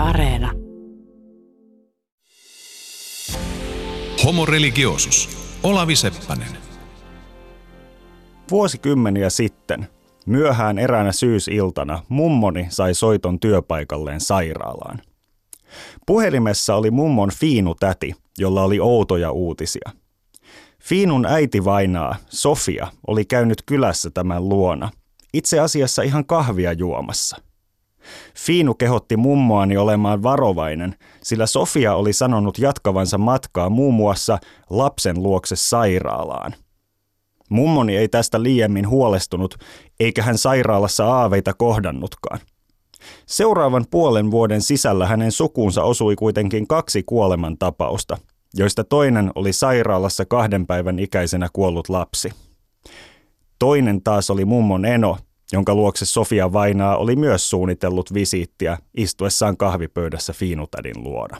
Areena. Homo religiosus. Olavi Seppänen. Vuosikymmeniä sitten, myöhään eräänä syysiltana, mummoni sai soiton työpaikalleen sairaalaan. Puhelimessa oli mummon Fiinu-täti, jolla oli outoja uutisia. Fiinun äitivainaa, Sofia, oli käynyt kylässä tämän luona, itse asiassa ihan kahvia juomassa. Fiinu kehotti mummoani olemaan varovainen, sillä Sofia oli sanonut jatkavansa matkaa muun muassa lapsen luokse sairaalaan. Mummoni ei tästä liiemmin huolestunut, eikä hän sairaalassa aaveita kohdannutkaan. Seuraavan puolen vuoden sisällä hänen sukuunsa osui kuitenkin 2 kuolemantapausta, joista toinen oli sairaalassa 2 päivän ikäisenä kuollut lapsi. Toinen taas oli mummon eno, jonka luokse Sofia vainaa oli myös suunnitellut visiittiä istuessaan kahvipöydässä Fiinutädin luona.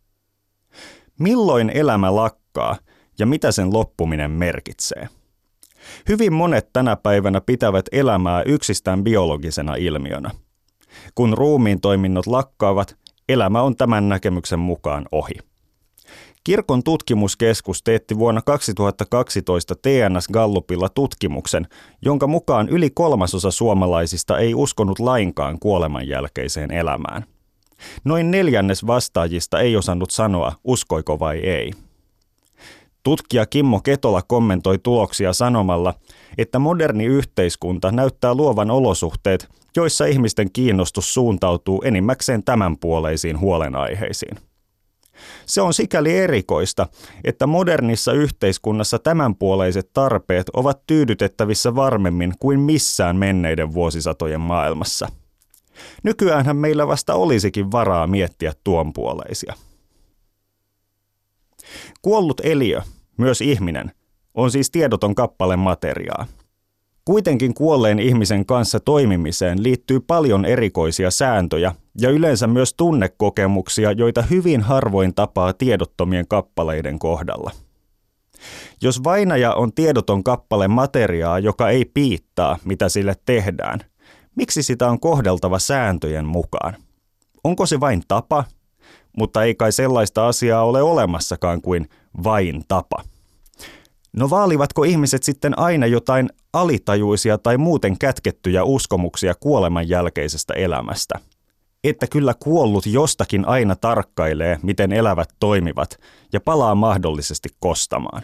Milloin elämä lakkaa ja mitä sen loppuminen merkitsee? Hyvin monet tänä päivänä pitävät elämää yksistään biologisena ilmiönä. Kun ruumiin toiminnot lakkaavat, elämä on tämän näkemyksen mukaan ohi. Kirkon tutkimuskeskus teetti vuonna 2012 TNS Gallupilla tutkimuksen, jonka mukaan yli 1/3 suomalaisista ei uskonut lainkaan kuoleman jälkeiseen elämään. Noin 1/4 vastaajista ei osannut sanoa, uskoiko vai ei. Tutkija Kimmo Ketola kommentoi tuloksia sanomalla, että moderni yhteiskunta näyttää luovan olosuhteet, joissa ihmisten kiinnostus suuntautuu enimmäkseen tämänpuoleisiin huolenaiheisiin. Se on sikäli erikoista, että modernissa yhteiskunnassa tämänpuoleiset tarpeet ovat tyydytettävissä varmemmin kuin missään menneiden vuosisatojen maailmassa. Nykyäänhän meillä vasta olisikin varaa miettiä tuonpuoleisia. Kuollut eliö, myös ihminen, on siis tiedoton kappale materiaa. Kuitenkin kuolleen ihmisen kanssa toimimiseen liittyy paljon erikoisia sääntöjä ja yleensä myös tunnekokemuksia, joita hyvin harvoin tapaa tiedottomien kappaleiden kohdalla. Jos vainaja on tiedoton kappale materiaa, joka ei piittaa, mitä sille tehdään, miksi sitä on kohdeltava sääntöjen mukaan? Onko se vain tapa? Mutta ei kai sellaista asiaa ole olemassakaan kuin vain tapa. No vaalivatko ihmiset sitten aina jotain alitajuisia tai muuten kätkettyjä uskomuksia kuoleman jälkeisestä elämästä? Että kyllä kuollut jostakin aina tarkkailee, miten elävät toimivat ja palaa mahdollisesti kostamaan.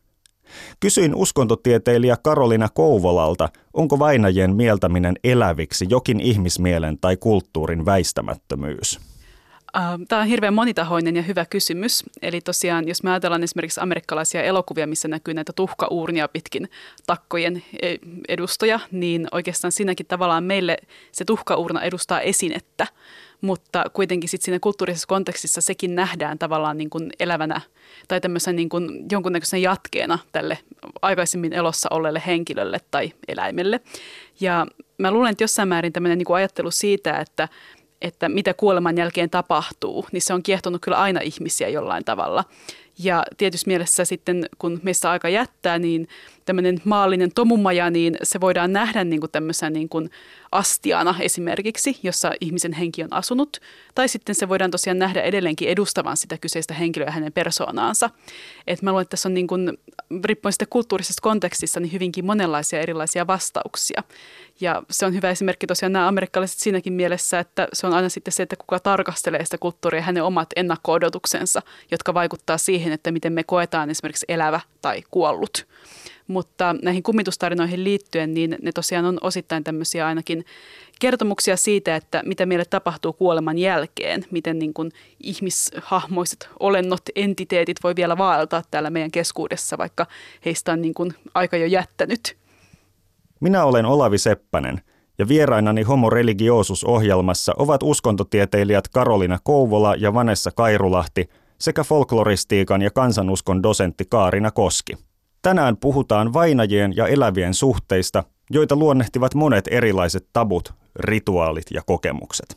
Kysyin uskontotieteilijä Karolina Kouvolalta, onko vainajien mieltäminen eläviksi jokin ihmismielen tai kulttuurin väistämättömyys. Tämä on hirveän monitahoinen ja hyvä kysymys. Eli tosiaan, jos me ajatellaan esimerkiksi amerikkalaisia elokuvia, missä näkyy näitä tuhkauurnia pitkin takkojen edustoja, niin oikeastaan siinäkin tavallaan meille se tuhkauurna edustaa esinettä, mutta kuitenkin sitten siinä kulttuurisessa kontekstissa sekin nähdään tavallaan niin kuin elävänä tai tämmöisen niin kuin jonkunnäköisenä jatkeena tälle aikaisemmin elossa olleelle henkilölle tai eläimelle. Ja mä luulen, että jossain määrin tämmöinen niin kuin ajattelu siitä, että mitä kuoleman jälkeen tapahtuu, niin se on kiehtonut kyllä aina ihmisiä jollain tavalla. Ja tietysti mielessä sitten, kun meistä aika jättää, niin tämmöinen maallinen tomumaja, niin se voidaan nähdä niin kuin tämmöisenä niin kuin astiana esimerkiksi, jossa ihmisen henki on asunut. Tai sitten se voidaan tosiaan nähdä edelleenkin edustavan sitä kyseistä henkilöä ja hänen persoonaansa. Et mä luulen, että tässä on niin kuin, riippuen sitten kulttuurisesta kontekstista, niin hyvinkin monenlaisia erilaisia vastauksia. Ja se on hyvä esimerkki tosiaan nämä amerikkalaiset siinäkin mielessä, että se on aina sitten se, että kuka tarkastelee sitä kulttuuria ja hänen omat ennakko-odotuksensa, jotka vaikuttaa siihen, että miten me koetaan esimerkiksi elävä tai kuollut. Mutta näihin kummitustarinoihin liittyen, niin ne tosiaan on osittain tämmöisiä ainakin kertomuksia siitä, että mitä meille tapahtuu kuoleman jälkeen, miten niin kuin ihmishahmoiset olennot, entiteetit voi vielä vaeltaa täällä meidän keskuudessa, vaikka heistä on niin kuin aika jo jättänyt. Minä olen Olavi Seppänen ja vierainani Homo religiosus-ohjelmassa ovat uskontotieteilijät Karolina Kouvola ja Vanessa Kairulahti sekä folkloristiikan ja kansanuskon dosentti Kaarina Koski. Tänään puhutaan vainajien ja elävien suhteista, joita luonnehtivat monet erilaiset tabut, rituaalit ja kokemukset.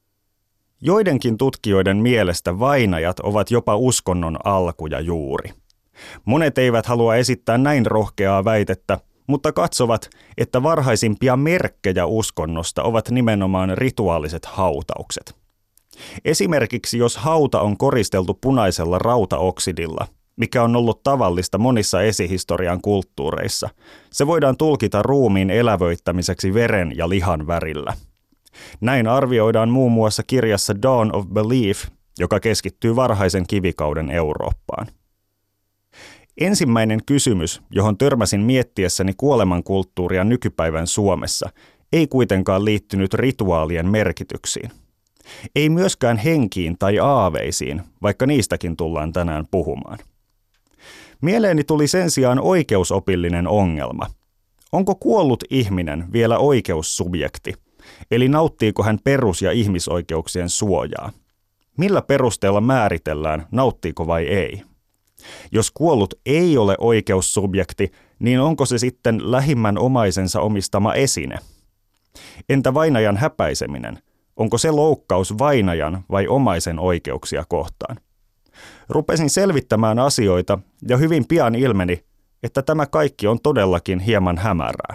Joidenkin tutkijoiden mielestä vainajat ovat jopa uskonnon alku ja juuri. Monet eivät halua esittää näin rohkeaa väitettä, mutta katsovat, että varhaisimpia merkkejä uskonnosta ovat nimenomaan rituaaliset hautaukset. Esimerkiksi jos hauta on koristeltu punaisella rautaoksidilla, mikä on ollut tavallista monissa esihistorian kulttuureissa, se voidaan tulkita ruumiin elävöittämiseksi veren ja lihan värillä. Näin arvioidaan muun muassa kirjassa Dawn of Belief, joka keskittyy varhaisen kivikauden Eurooppaan. Ensimmäinen kysymys, johon törmäsin miettiessäni kuolemankulttuuria nykypäivän Suomessa, ei kuitenkaan liittynyt rituaalien merkityksiin. Ei myöskään henkiin tai aaveisiin, vaikka niistäkin tullaan tänään puhumaan. Mieleeni tuli sen sijaan oikeusopillinen ongelma. Onko kuollut ihminen vielä oikeussubjekti? Eli nauttiiko hän perus- ja ihmisoikeuksien suojaa? Millä perusteella määritellään, nauttiiko vai ei? Jos kuollut ei ole oikeussubjekti, niin onko se sitten lähimmän omaisensa omistama esine? Entä vainajan häpäiseminen? Onko se loukkaus vainajan vai omaisen oikeuksia kohtaan? Rupesin selvittämään asioita ja hyvin pian ilmeni, että tämä kaikki on todellakin hieman hämärää.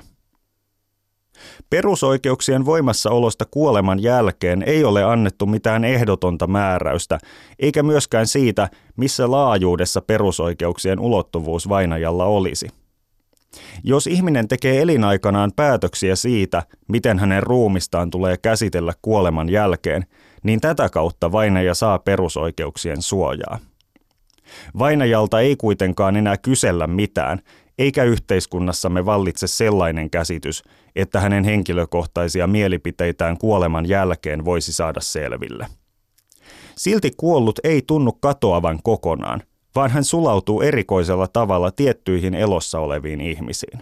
Perusoikeuksien voimassaolosta kuoleman jälkeen ei ole annettu mitään ehdotonta määräystä, eikä myöskään siitä, missä laajuudessa perusoikeuksien ulottuvuus vainajalla olisi. Jos ihminen tekee elinaikanaan päätöksiä siitä, miten hänen ruumistaan tulee käsitellä kuoleman jälkeen, niin tätä kautta vainaja saa perusoikeuksien suojaa. Vainajalta ei kuitenkaan enää kysellä mitään, eikä yhteiskunnassamme vallitse sellainen käsitys, että hänen henkilökohtaisia mielipiteitään kuoleman jälkeen voisi saada selville. Silti kuollut ei tunnu katoavan kokonaan, vaan hän sulautuu erikoisella tavalla tiettyihin elossa oleviin ihmisiin.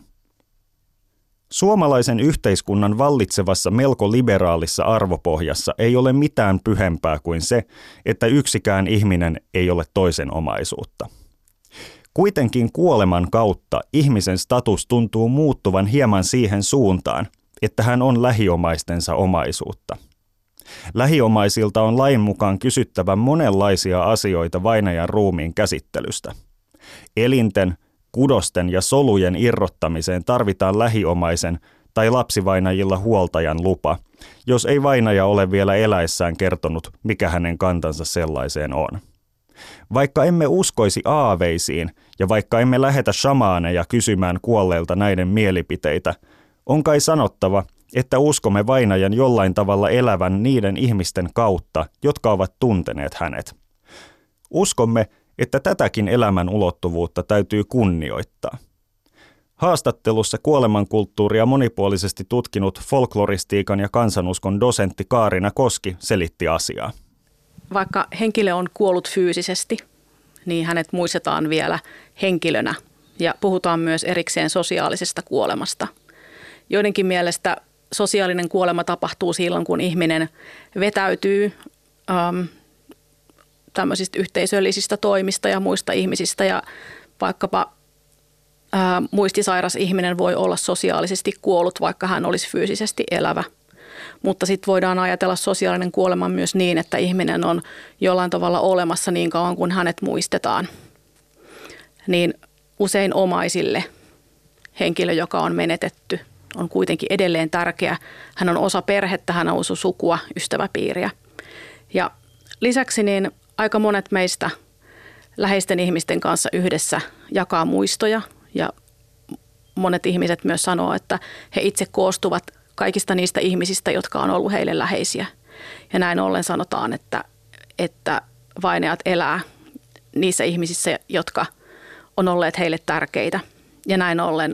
Suomalaisen yhteiskunnan vallitsevassa melko liberaalissa arvopohjassa ei ole mitään pyhempää kuin se, että yksikään ihminen ei ole toisen omaisuutta. Kuitenkin kuoleman kautta ihmisen status tuntuu muuttuvan hieman siihen suuntaan, että hän on lähiomaistensa omaisuutta. Lähiomaisilta on lain mukaan kysyttävä monenlaisia asioita vainajan ruumiin käsittelystä. Elinten, kudosten ja solujen irrottamiseen tarvitaan lähiomaisen tai lapsivainajilla huoltajan lupa, jos ei vainaja ole vielä eläessään kertonut, mikä hänen kantansa sellaiseen on. Vaikka emme uskoisi aaveisiin ja vaikka emme lähetä shamaaneja kysymään kuolleilta näiden mielipiteitä, on kai sanottava, että uskomme vainajan jollain tavalla elävän niiden ihmisten kautta, jotka ovat tunteneet hänet. Uskomme, että tätäkin elämän ulottuvuutta täytyy kunnioittaa. Haastattelussa kuolemankulttuuria monipuolisesti tutkinut folkloristiikan ja kansanuskon dosentti Kaarina Koski selitti asiaa. Vaikka henkilö on kuollut fyysisesti, niin hänet muistetaan vielä henkilönä ja puhutaan myös erikseen sosiaalisesta kuolemasta. Joidenkin mielestä sosiaalinen kuolema tapahtuu silloin, kun ihminen vetäytyy tämmöisistä yhteisöllisistä toimista ja muista ihmisistä ja vaikkapa muistisairas ihminen voi olla sosiaalisesti kuollut, vaikka hän olisi fyysisesti elävä. Mutta sitten voidaan ajatella sosiaalinen kuolema myös niin, että ihminen on jollain tavalla olemassa niin kauan kuin hänet muistetaan. Niin usein omaisille henkilö, joka on menetetty, on kuitenkin edelleen tärkeä. Hän on osa perhettä, hän on osa sukua, ystäväpiiriä. Ja lisäksi niin aika monet meistä läheisten ihmisten kanssa yhdessä jakaa muistoja ja monet ihmiset myös sanoo, että he itse koostuvat kaikista niistä ihmisistä, jotka on ollut heille läheisiä. Ja näin ollen sanotaan, että vainajat elää niissä ihmisissä, jotka on olleet heille tärkeitä. Ja näin ollen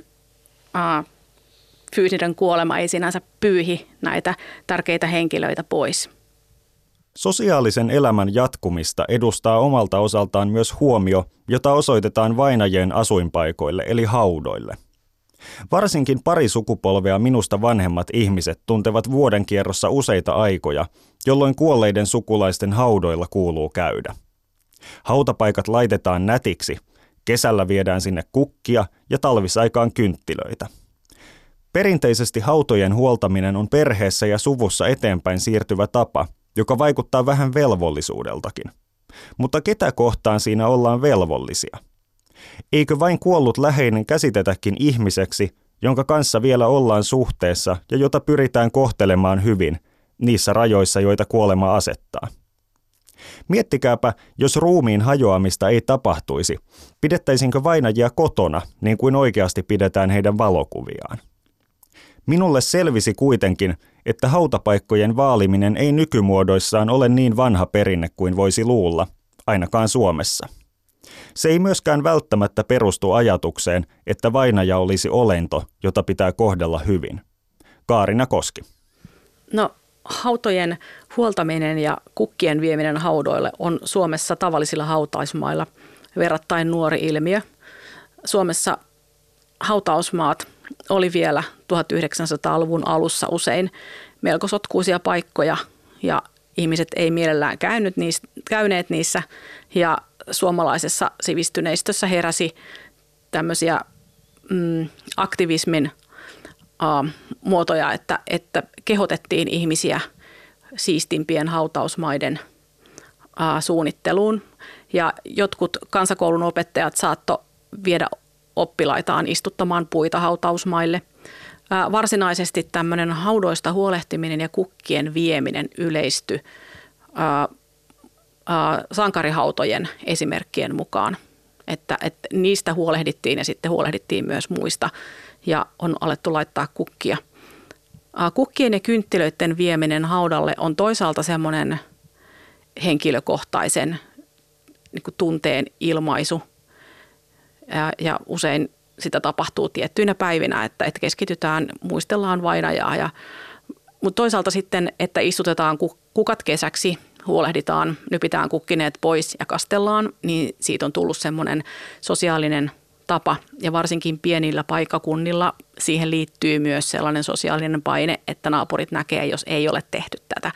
fyysinen kuolema ei sinänsä pyyhi näitä tärkeitä henkilöitä pois. Sosiaalisen elämän jatkumista edustaa omalta osaltaan myös huomio, jota osoitetaan vainajien asuinpaikoille eli haudoille. Varsinkin pari sukupolvea minusta vanhemmat ihmiset tuntevat vuoden kierrossa useita aikoja, jolloin kuolleiden sukulaisten haudoilla kuuluu käydä. Hautapaikat laitetaan nätiksi, kesällä viedään sinne kukkia ja talvisaikaan kynttilöitä. Perinteisesti hautojen huoltaminen on perheessä ja suvussa eteenpäin siirtyvä tapa, joka vaikuttaa vähän velvollisuudeltakin. Mutta ketä kohtaan siinä ollaan velvollisia? Eikö vain kuollut läheinen käsitetäkin ihmiseksi, jonka kanssa vielä ollaan suhteessa ja jota pyritään kohtelemaan hyvin niissä rajoissa, joita kuolema asettaa? Miettikääpä, jos ruumiin hajoamista ei tapahtuisi, pidettäisinkö vainajia kotona, niin kuin oikeasti pidetään heidän valokuviaan? Minulle selvisi kuitenkin, että hautapaikkojen vaaliminen ei nykymuodoissaan ole niin vanha perinne kuin voisi luulla, ainakaan Suomessa. Se ei myöskään välttämättä perustu ajatukseen, että vainaja olisi olento, jota pitää kohdella hyvin. Kaarina Koski. No, hautojen huoltaminen ja kukkien vieminen haudoille on Suomessa tavallisilla hautausmailla verrattain nuori ilmiö. Suomessa hautausmaat oli vielä 1900-luvun alussa usein melko sotkuisia paikkoja ja ihmiset ei mielellään käyneet niissä ja suomalaisessa sivistyneistössä heräsi tämmöisiä aktivismin muotoja, että kehotettiin ihmisiä siistimpien hautausmaiden suunnitteluun ja jotkut kansakoulun opettajat saattoi viedä oppilaitaan istuttamaan puita hautausmaille. Varsinaisesti tämmöinen haudoista huolehtiminen ja kukkien vieminen yleistyi sankarihautojen esimerkkien mukaan, että niistä huolehdittiin ja sitten huolehdittiin myös muista ja on alettu laittaa kukkia. Kukkien ja kynttilöiden vieminen haudalle on toisaalta semmoinen henkilökohtaisen niin kuin tunteen ilmaisu ja usein sitä tapahtuu tiettyinä päivinä, että keskitytään, muistellaan vainajaa. Mutta toisaalta sitten, että istutetaan kukat kesäksi, huolehditaan, nypitään kukkineet pois ja kastellaan, niin siitä on tullut semmoinen sosiaalinen tapa. Ja varsinkin pienillä paikkakunnilla siihen liittyy myös sellainen sosiaalinen paine, että naapurit näkee, jos ei ole tehty tätä.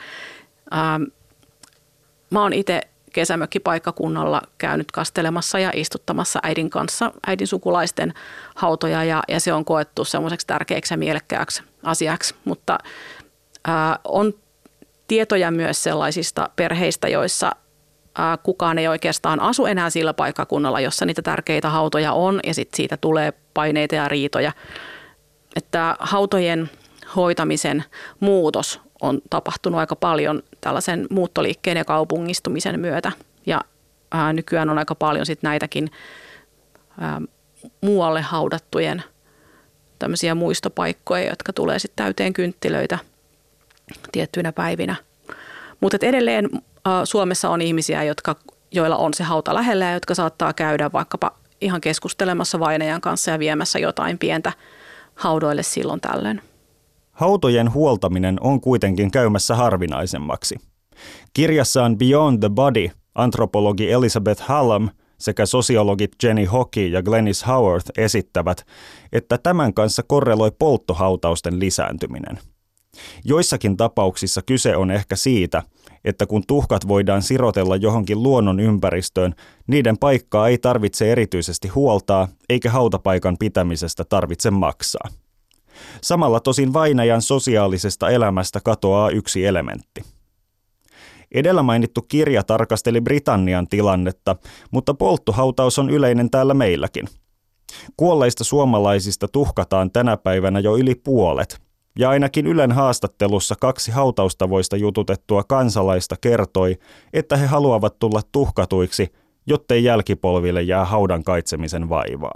Mä oon itse kesämökkipaikkakunnalla käynyt kastelemassa ja istuttamassa äidin kanssa, äidin sukulaisten hautoja ja se on koettu semmoiseksi tärkeäksi ja mielekkääksi asiaksi, mutta on tietoja myös sellaisista perheistä, joissa kukaan ei oikeastaan asu enää sillä paikkakunnalla, jossa niitä tärkeitä hautoja on ja sitten siitä tulee paineita ja riitoja. Että hautojen hoitamisen muutos on tapahtunut aika paljon tällaisen muuttoliikkeen ja kaupungistumisen myötä ja nykyään on aika paljon sit näitäkin muualle haudattujen tämmöisiä muistopaikkoja, jotka tulee sitten täyteen kynttilöitä tiettyinä päivinä. Mutta edelleen Suomessa on ihmisiä, joilla on se hauta lähellä ja jotka saattaa käydä vaikkapa ihan keskustelemassa vainajan kanssa ja viemässä jotain pientä haudoille silloin tällöin. Hautojen huoltaminen on kuitenkin käymässä harvinaisemmaksi. Kirjassaan Beyond the Body antropologi Elizabeth Hallam sekä sosiologit Jenny Hockey ja Glenys Howard esittävät, että tämän kanssa korreloi polttohautausten lisääntyminen. Joissakin tapauksissa kyse on ehkä siitä, että kun tuhkat voidaan sirotella johonkin luonnon ympäristöön, niiden paikkaa ei tarvitse erityisesti huoltaa, eikä hautapaikan pitämisestä tarvitse maksaa. Samalla tosin vainajan sosiaalisesta elämästä katoaa yksi elementti. Edellä mainittu kirja tarkasteli Britannian tilannetta, mutta polttohautaus on yleinen täällä meilläkin. Kuolleista suomalaisista tuhkataan tänä päivänä jo yli puolet, ja ainakin Ylen haastattelussa 2 hautaustavoista jututettua kansalaista kertoi, että he haluavat tulla tuhkatuiksi, jottei jälkipolville jää haudan kaitsemisen vaivaa.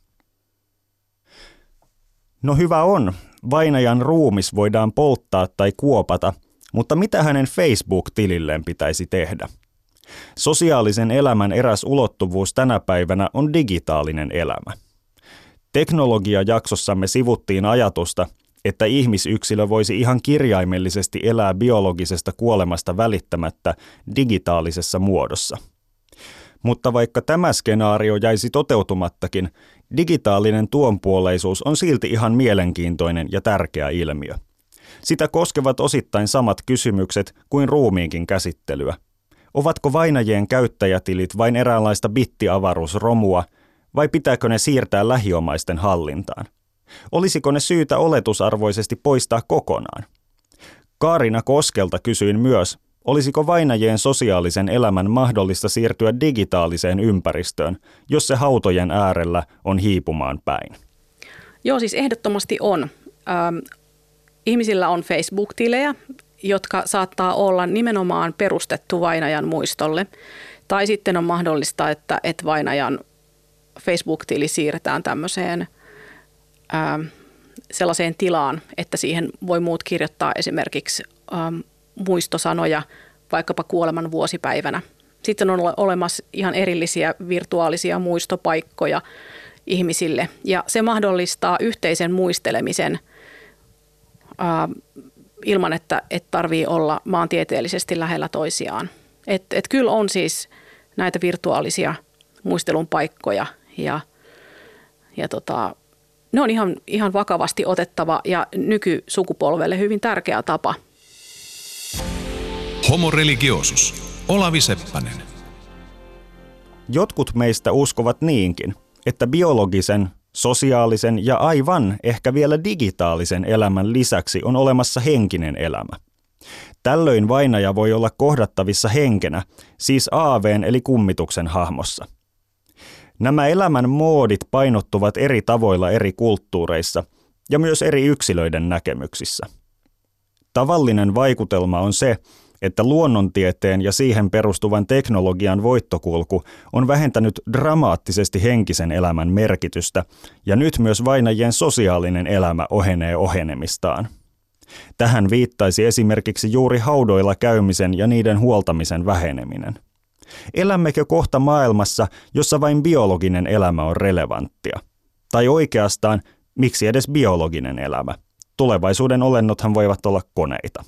No hyvä on, vainajan ruumis voidaan polttaa tai kuopata, mutta mitä hänen Facebook-tililleen pitäisi tehdä? Sosiaalisen elämän eräs ulottuvuus tänä päivänä on digitaalinen elämä. Teknologia-jaksossamme sivuttiin ajatusta, että ihmisyksilö voisi ihan kirjaimellisesti elää biologisesta kuolemasta välittämättä digitaalisessa muodossa. Mutta vaikka tämä skenaario jäisi toteutumattakin, digitaalinen tuonpuoleisuus on silti ihan mielenkiintoinen ja tärkeä ilmiö. Sitä koskevat osittain samat kysymykset kuin ruumiinkin käsittelyä. Ovatko vainajien käyttäjätilit vain eräänlaista bittiavaruusromua, vai pitääkö ne siirtää lähiomaisten hallintaan? Olisiko ne syytä oletusarvoisesti poistaa kokonaan? Kaarina Koskelta kysyin myös, olisiko vainajien sosiaalisen elämän mahdollista siirtyä digitaaliseen ympäristöön, jos se hautojen äärellä on hiipumaan päin? Joo, siis ehdottomasti on. Ihmisillä on Facebook-tilejä jotka saattaa olla nimenomaan perustettu vainajan muistolle. Tai sitten on mahdollista, että vainajan Facebook-tili siirretään tämmöiseen sellaiseen tilaan, että siihen voi muut kirjoittaa esimerkiksi muistosanoja vaikkapa kuoleman vuosipäivänä. Sitten on olemassa ihan erillisiä virtuaalisia muistopaikkoja ihmisille ja se mahdollistaa yhteisen muistelemisen ilman, että tarvii olla maantieteellisesti lähellä toisiaan. Et kyllä on siis näitä virtuaalisia muistelun paikkoja ja ne on ihan vakavasti otettava ja nykysukupolvelle hyvin tärkeä tapa. Homo religiosus. Olavi Seppänen. Jotkut meistä uskovat niinkin, että biologisen, sosiaalisen ja aivan ehkä vielä digitaalisen elämän lisäksi on olemassa henkinen elämä. Tällöin vainaja voi olla kohdattavissa henkenä, siis aaveen eli kummituksen hahmossa. Nämä elämän moodit painottuvat eri tavoilla eri kulttuureissa ja myös eri yksilöiden näkemyksissä. Tavallinen vaikutelma on se, että luonnontieteen ja siihen perustuvan teknologian voittokulku on vähentänyt dramaattisesti henkisen elämän merkitystä ja nyt myös vainajien sosiaalinen elämä ohenee ohenemistaan. Tähän viittaisi esimerkiksi juuri haudoilla käymisen ja niiden huoltamisen väheneminen. Elämmekö kohta maailmassa, jossa vain biologinen elämä on relevanttia? Tai oikeastaan, miksi edes biologinen elämä? Tulevaisuuden olennothan voivat olla koneita.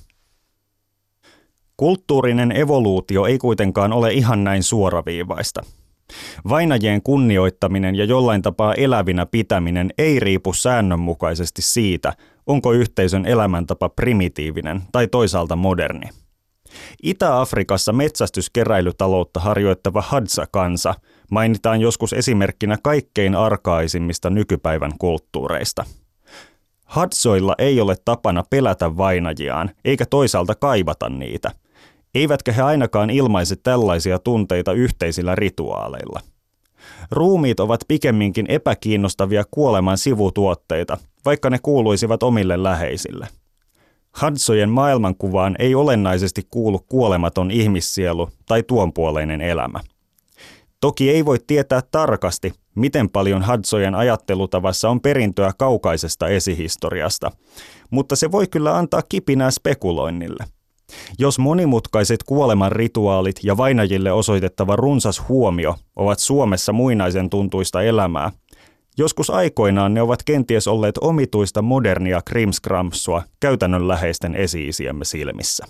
Kulttuurinen evoluutio ei kuitenkaan ole ihan näin suoraviivaista. Vainajien kunnioittaminen ja jollain tapaa elävinä pitäminen ei riipu säännönmukaisesti siitä, onko yhteisön elämäntapa primitiivinen tai toisaalta moderni. Itä-Afrikassa metsästyskeräilytaloutta harjoittava Hadza-kansa mainitaan joskus esimerkkinä kaikkein arkaisimmista nykypäivän kulttuureista. Hadzoilla ei ole tapana pelätä vainajiaan, eikä toisaalta kaivata niitä. Eivätkä he ainakaan ilmaise tällaisia tunteita yhteisillä rituaaleilla. Ruumiit ovat pikemminkin epäkiinnostavia kuoleman sivutuotteita, vaikka ne kuuluisivat omille läheisille. Hadzojen maailmankuvaan ei olennaisesti kuulu kuolematon ihmissielu tai tuonpuoleinen elämä. Toki ei voi tietää tarkasti, miten paljon Hadzojen ajattelutavassa on perintöä kaukaisesta esihistoriasta, mutta se voi kyllä antaa kipinää spekuloinnille. Jos monimutkaiset kuoleman rituaalit ja vainajille osoitettava runsas huomio ovat Suomessa muinaisen tuntuista elämää, joskus aikoinaan ne ovat kenties olleet omituista modernia krimskramsua käytännönläheisten esi-isiemme silmissä.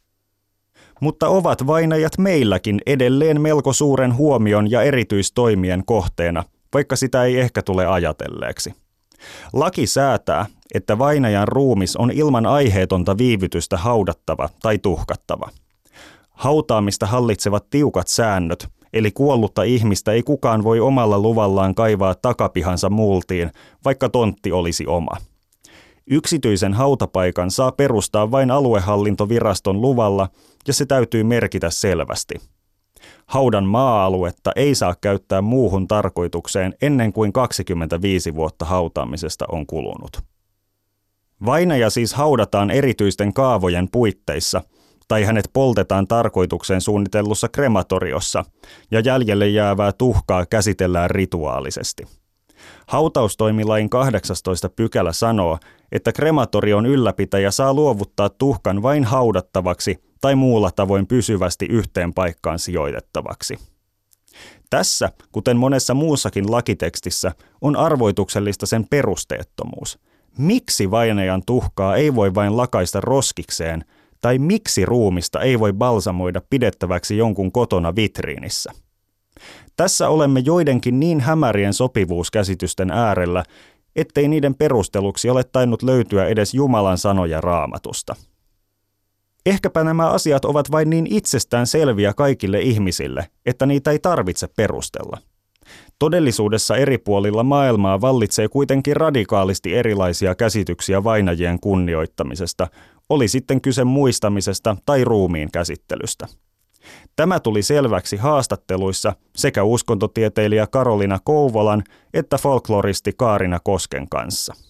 Mutta ovat vainajat meilläkin edelleen melko suuren huomion ja erityistoimien kohteena, vaikka sitä ei ehkä tule ajatelleeksi. Laki säätää, että vainajan ruumis on ilman aiheetonta viivytystä haudattava tai tuhkattava. Hautaamista hallitsevat tiukat säännöt, eli kuollutta ihmistä ei kukaan voi omalla luvallaan kaivaa takapihansa multiin, vaikka tontti olisi oma. Yksityisen hautapaikan saa perustaa vain aluehallintoviraston luvalla ja se täytyy merkitä selvästi. Haudan maa-aluetta ei saa käyttää muuhun tarkoitukseen ennen kuin 25 vuotta hautaamisesta on kulunut. Vainaja siis haudataan erityisten kaavojen puitteissa tai hänet poltetaan tarkoitukseen suunnitellussa krematoriossa ja jäljelle jäävää tuhkaa käsitellään rituaalisesti. Hautaustoimilain 18 pykälä sanoo, että krematorion ylläpitäjä saa luovuttaa tuhkan vain haudattavaksi tai muulla tavoin pysyvästi yhteen paikkaan sijoitettavaksi. Tässä, kuten monessa muussakin lakitekstissä, on arvoituksellista sen perusteettomuus. Miksi vainajan tuhkaa ei voi vain lakaista roskikseen, tai miksi ruumista ei voi balsamoida pidettäväksi jonkun kotona vitriinissä? Tässä olemme joidenkin niin hämärien sopivuuskäsitysten äärellä, ettei niiden perusteluksi ole tainnut löytyä edes Jumalan sanoja Raamatusta. Ehkäpä nämä asiat ovat vain niin itsestään selviä kaikille ihmisille, että niitä ei tarvitse perustella. Todellisuudessa eri puolilla maailmaa vallitsee kuitenkin radikaalisti erilaisia käsityksiä vainajien kunnioittamisesta, oli sitten kyse muistamisesta tai ruumiin käsittelystä. Tämä tuli selväksi haastatteluissa sekä uskontotieteilijä Karolina Kouvolan että folkloristi Kaarina Kosken kanssa.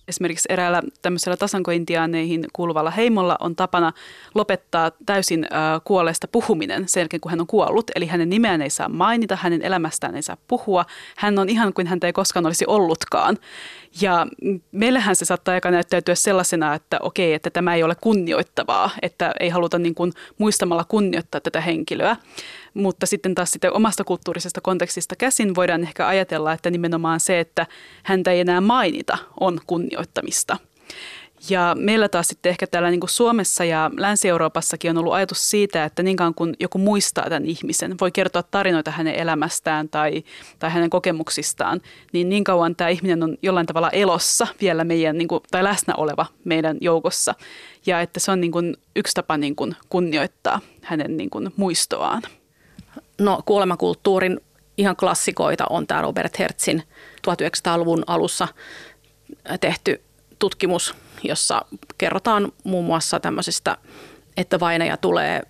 esimerkiksi eräällä tämmöisellä tasankointiaaneihin kuuluvalla heimolla on tapana lopettaa täysin kuolleesta puhuminen sen jälkeen, kun hän on kuollut. Eli hänen nimeään ei saa mainita, hänen elämästään ei saa puhua. Hän on ihan kuin häntä ei koskaan olisi ollutkaan. Ja meillähän se saattaa aika näyttäytyä sellaisena, että okei, että tämä ei ole kunnioittavaa, että ei haluta niin kuin muistamalla kunnioittaa tätä henkilöä. Mutta sitten taas omasta kulttuurisesta kontekstista käsin voidaan ehkä ajatella, että nimenomaan se, että häntä ei enää mainita, on kunnioittamista. Ja meillä taas sitten ehkä täällä niin kuin Suomessa ja Länsi-Euroopassakin on ollut ajatus siitä, että niin kauan kun joku muistaa tämän ihmisen, voi kertoa tarinoita hänen elämästään tai hänen kokemuksistaan, niin kauan tämä ihminen on jollain tavalla elossa vielä meidän, niin kuin, tai läsnä oleva meidän joukossa. Ja että se on niin kuin yksi tapa niin kuin kunnioittaa hänen niin kuin muistoaan. No kuolemakulttuurin ihan klassikoita on tämä Robert Hertzin 1900-luvun alussa tehty tutkimus, jossa kerrotaan muun muassa tämmöisestä, että vainaja tulee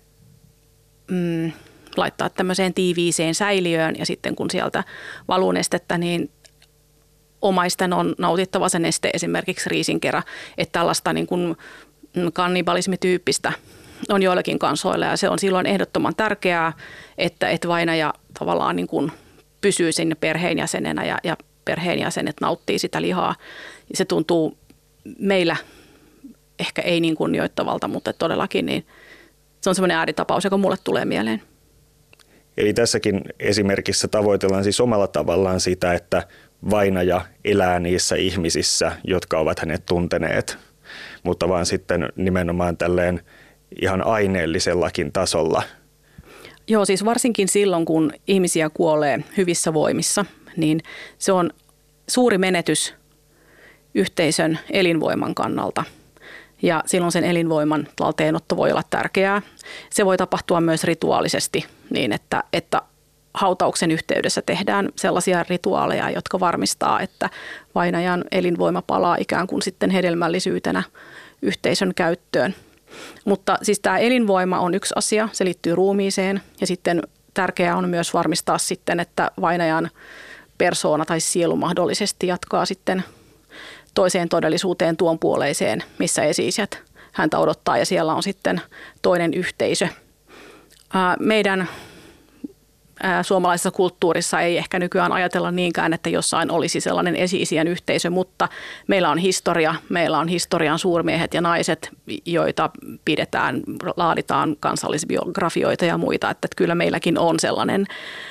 laittaa tämmöiseen tiiviiseen säiliöön ja sitten kun sieltä valuu nestettä, niin omaisten on nautittava se neste, esimerkiksi riisinkerä, että tällaista niin kuin kannibalismityyppistä on joillakin kansoilla ja se on silloin ehdottoman tärkeää, että vainaja tavallaan niin kuin pysyy sinne perheenjäsenenä ja perheenjäsenet nauttii sitä lihaa. Ja se tuntuu meillä ehkä ei niin kunnioittavalta, mutta todellakin niin se on semmoinen ääritapaus, joka mulle tulee mieleen. Eli tässäkin esimerkissä tavoitellaan siis omalla tavallaan sitä, että vainaja elää niissä ihmisissä, jotka ovat hänet tunteneet, mutta vaan sitten nimenomaan tälleen ihan aineellisellakin tasolla. Joo, siis varsinkin silloin, kun ihmisiä kuolee hyvissä voimissa, niin se on suuri menetys yhteisön elinvoiman kannalta. Ja silloin sen elinvoiman talteenotto voi olla tärkeää. Se voi tapahtua myös rituaalisesti niin, että hautauksen yhteydessä tehdään sellaisia rituaaleja, jotka varmistaa, että vainajan elinvoima palaa ikään kuin sitten hedelmällisyytenä yhteisön käyttöön. Mutta siis tämä elinvoima on yksi asia, se liittyy ruumiiseen ja sitten tärkeää on myös varmistaa sitten, että vainajan persoona tai sielu mahdollisesti jatkaa sitten toiseen todellisuuteen tuon puoleiseen, missä esi-isät häntä odottaa ja siellä on sitten toinen yhteisö. Meidän suomalaisessa kulttuurissa ei ehkä nykyään ajatella niinkään, että jossain olisi sellainen esi-isien yhteisö, mutta meillä on historia, meillä on historian suurmiehet ja naiset, joita pidetään, laaditaan kansallisbiografioita ja muita, että kyllä meilläkin on sellainen,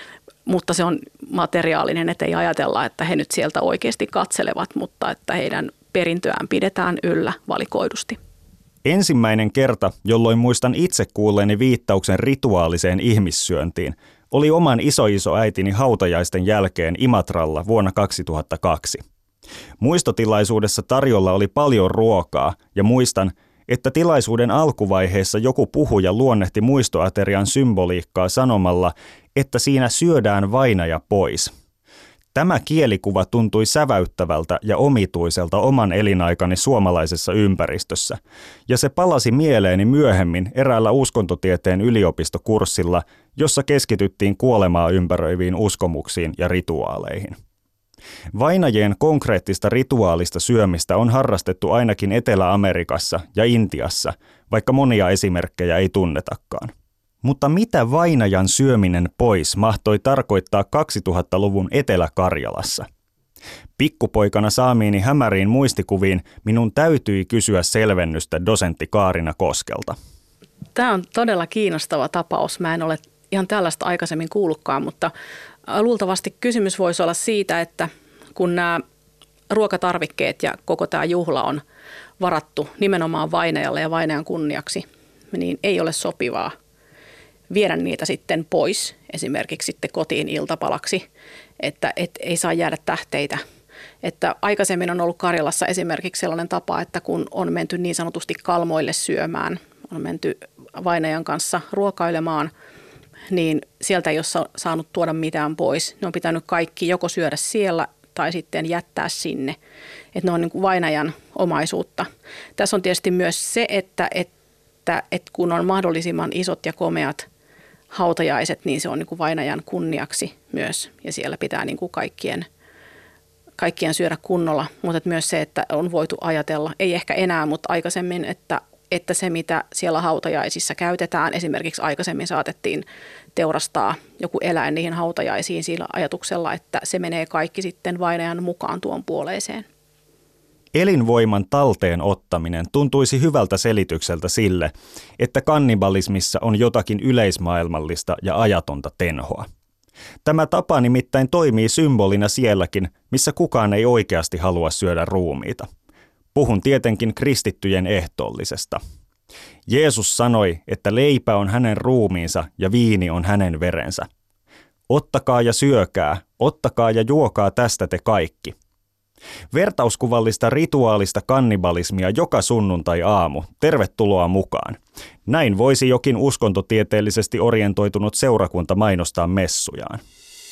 mutta se on materiaalinen, että ei ajatella, että he nyt sieltä oikeasti katselevat, mutta että heidän perintöään pidetään yllä valikoidusti. Ensimmäinen kerta, jolloin muistan itse kuulleeni viittauksen rituaaliseen ihmissyöntiin, oli oman isoisoäitini hautajaisten jälkeen Imatralla vuonna 2002. Muistotilaisuudessa tarjolla oli paljon ruokaa ja muistan, että tilaisuuden alkuvaiheessa joku puhuja luonnehti muistoaterian symboliikkaa sanomalla, että siinä syödään vainaja pois. Tämä kielikuva tuntui säväyttävältä ja omituiselta oman elinaikani suomalaisessa ympäristössä, ja se palasi mieleeni myöhemmin eräällä uskontotieteen yliopistokurssilla, jossa keskityttiin kuolemaa ympäröiviin uskomuksiin ja rituaaleihin. Vainajien konkreettista rituaalista syömistä on harrastettu ainakin Etelä-Amerikassa ja Intiassa, vaikka monia esimerkkejä ei tunnetakaan. Mutta mitä vainajan syöminen pois mahtoi tarkoittaa 2000-luvun Etelä-Karjalassa? Pikkupoikana saamiini hämäriin muistikuviin minun täytyi kysyä selvennystä dosentti Kaarina Koskelta. Tämä on todella kiinnostava tapaus. Mä en ole ihan tällaista aikaisemmin kuullutkaan, mutta luultavasti kysymys voisi olla siitä, että kun nämä ruokatarvikkeet ja koko tämä juhla on varattu nimenomaan vainajalle ja vainajan kunniaksi, niin ei ole sopivaa viedä niitä sitten pois, esimerkiksi sitten kotiin iltapalaksi, että ei saa jäädä tähteitä. Että aikaisemmin on ollut Karjalassa esimerkiksi sellainen tapa, että kun on menty niin sanotusti kalmoille syömään, on menty vainajan kanssa ruokailemaan, niin sieltä ei ole saanut tuoda mitään pois. Ne on pitänyt kaikki joko syödä siellä tai sitten jättää sinne, että ne on niin kuin vainajan omaisuutta. Tässä on tietysti myös se, että kun on mahdollisimman isot ja komeat hautajaiset, niin se on niin kuin vainajan kunniaksi myös. Ja siellä pitää niin kuin kaikkien syödä kunnolla, mutta että myös se, että on voitu ajatella, ei ehkä enää, mutta aikaisemmin, että se mitä siellä hautajaisissa käytetään, esimerkiksi aikaisemmin saatettiin teurastaa joku eläin niihin hautajaisiin sillä ajatuksella, että se menee kaikki sitten vainajan mukaan tuon puoleiseen. Elinvoiman talteen ottaminen tuntuisi hyvältä selitykseltä sille, että kannibalismissa on jotakin yleismaailmallista ja ajatonta tenhoa. Tämä tapa nimittäin toimii symbolina sielläkin, missä kukaan ei oikeasti halua syödä ruumiita. Puhun tietenkin kristittyjen ehtoollisesta. Jeesus sanoi, että leipä on hänen ruumiinsa ja viini on hänen verensä. Ottakaa ja syökää, ottakaa ja juokaa tästä te kaikki. Vertauskuvallista rituaalista kannibalismia joka sunnuntai-aamu. Tervetuloa mukaan. Näin voisi jokin uskontotieteellisesti orientoitunut seurakunta mainostaa messujaan.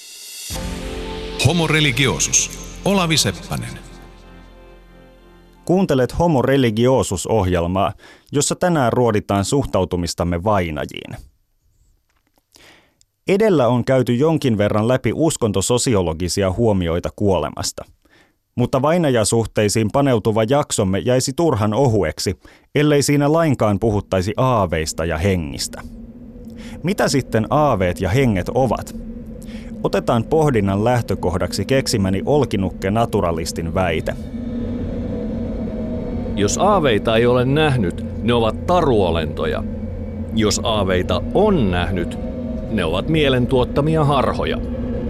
Homo religiosus. Olavi Seppänen. Kuuntelet Homo religiosus-ohjelmaa, jossa tänään ruoditaan suhtautumistamme vainajiin. Edellä on käyty jonkin verran läpi uskontososiologisia huomioita kuolemasta. Mutta vainajasuhteisiin paneutuva jaksomme jäisi turhan ohueksi, ellei siinä lainkaan puhuttaisi aaveista ja hengistä. Mitä sitten aaveet ja henget ovat? Otetaan pohdinnan lähtökohdaksi keksimäni olkinukke-naturalistin väite. Jos aaveita ei ole nähnyt, ne ovat taruolentoja. Jos aaveita on nähnyt, ne ovat mielen tuottamia harhoja.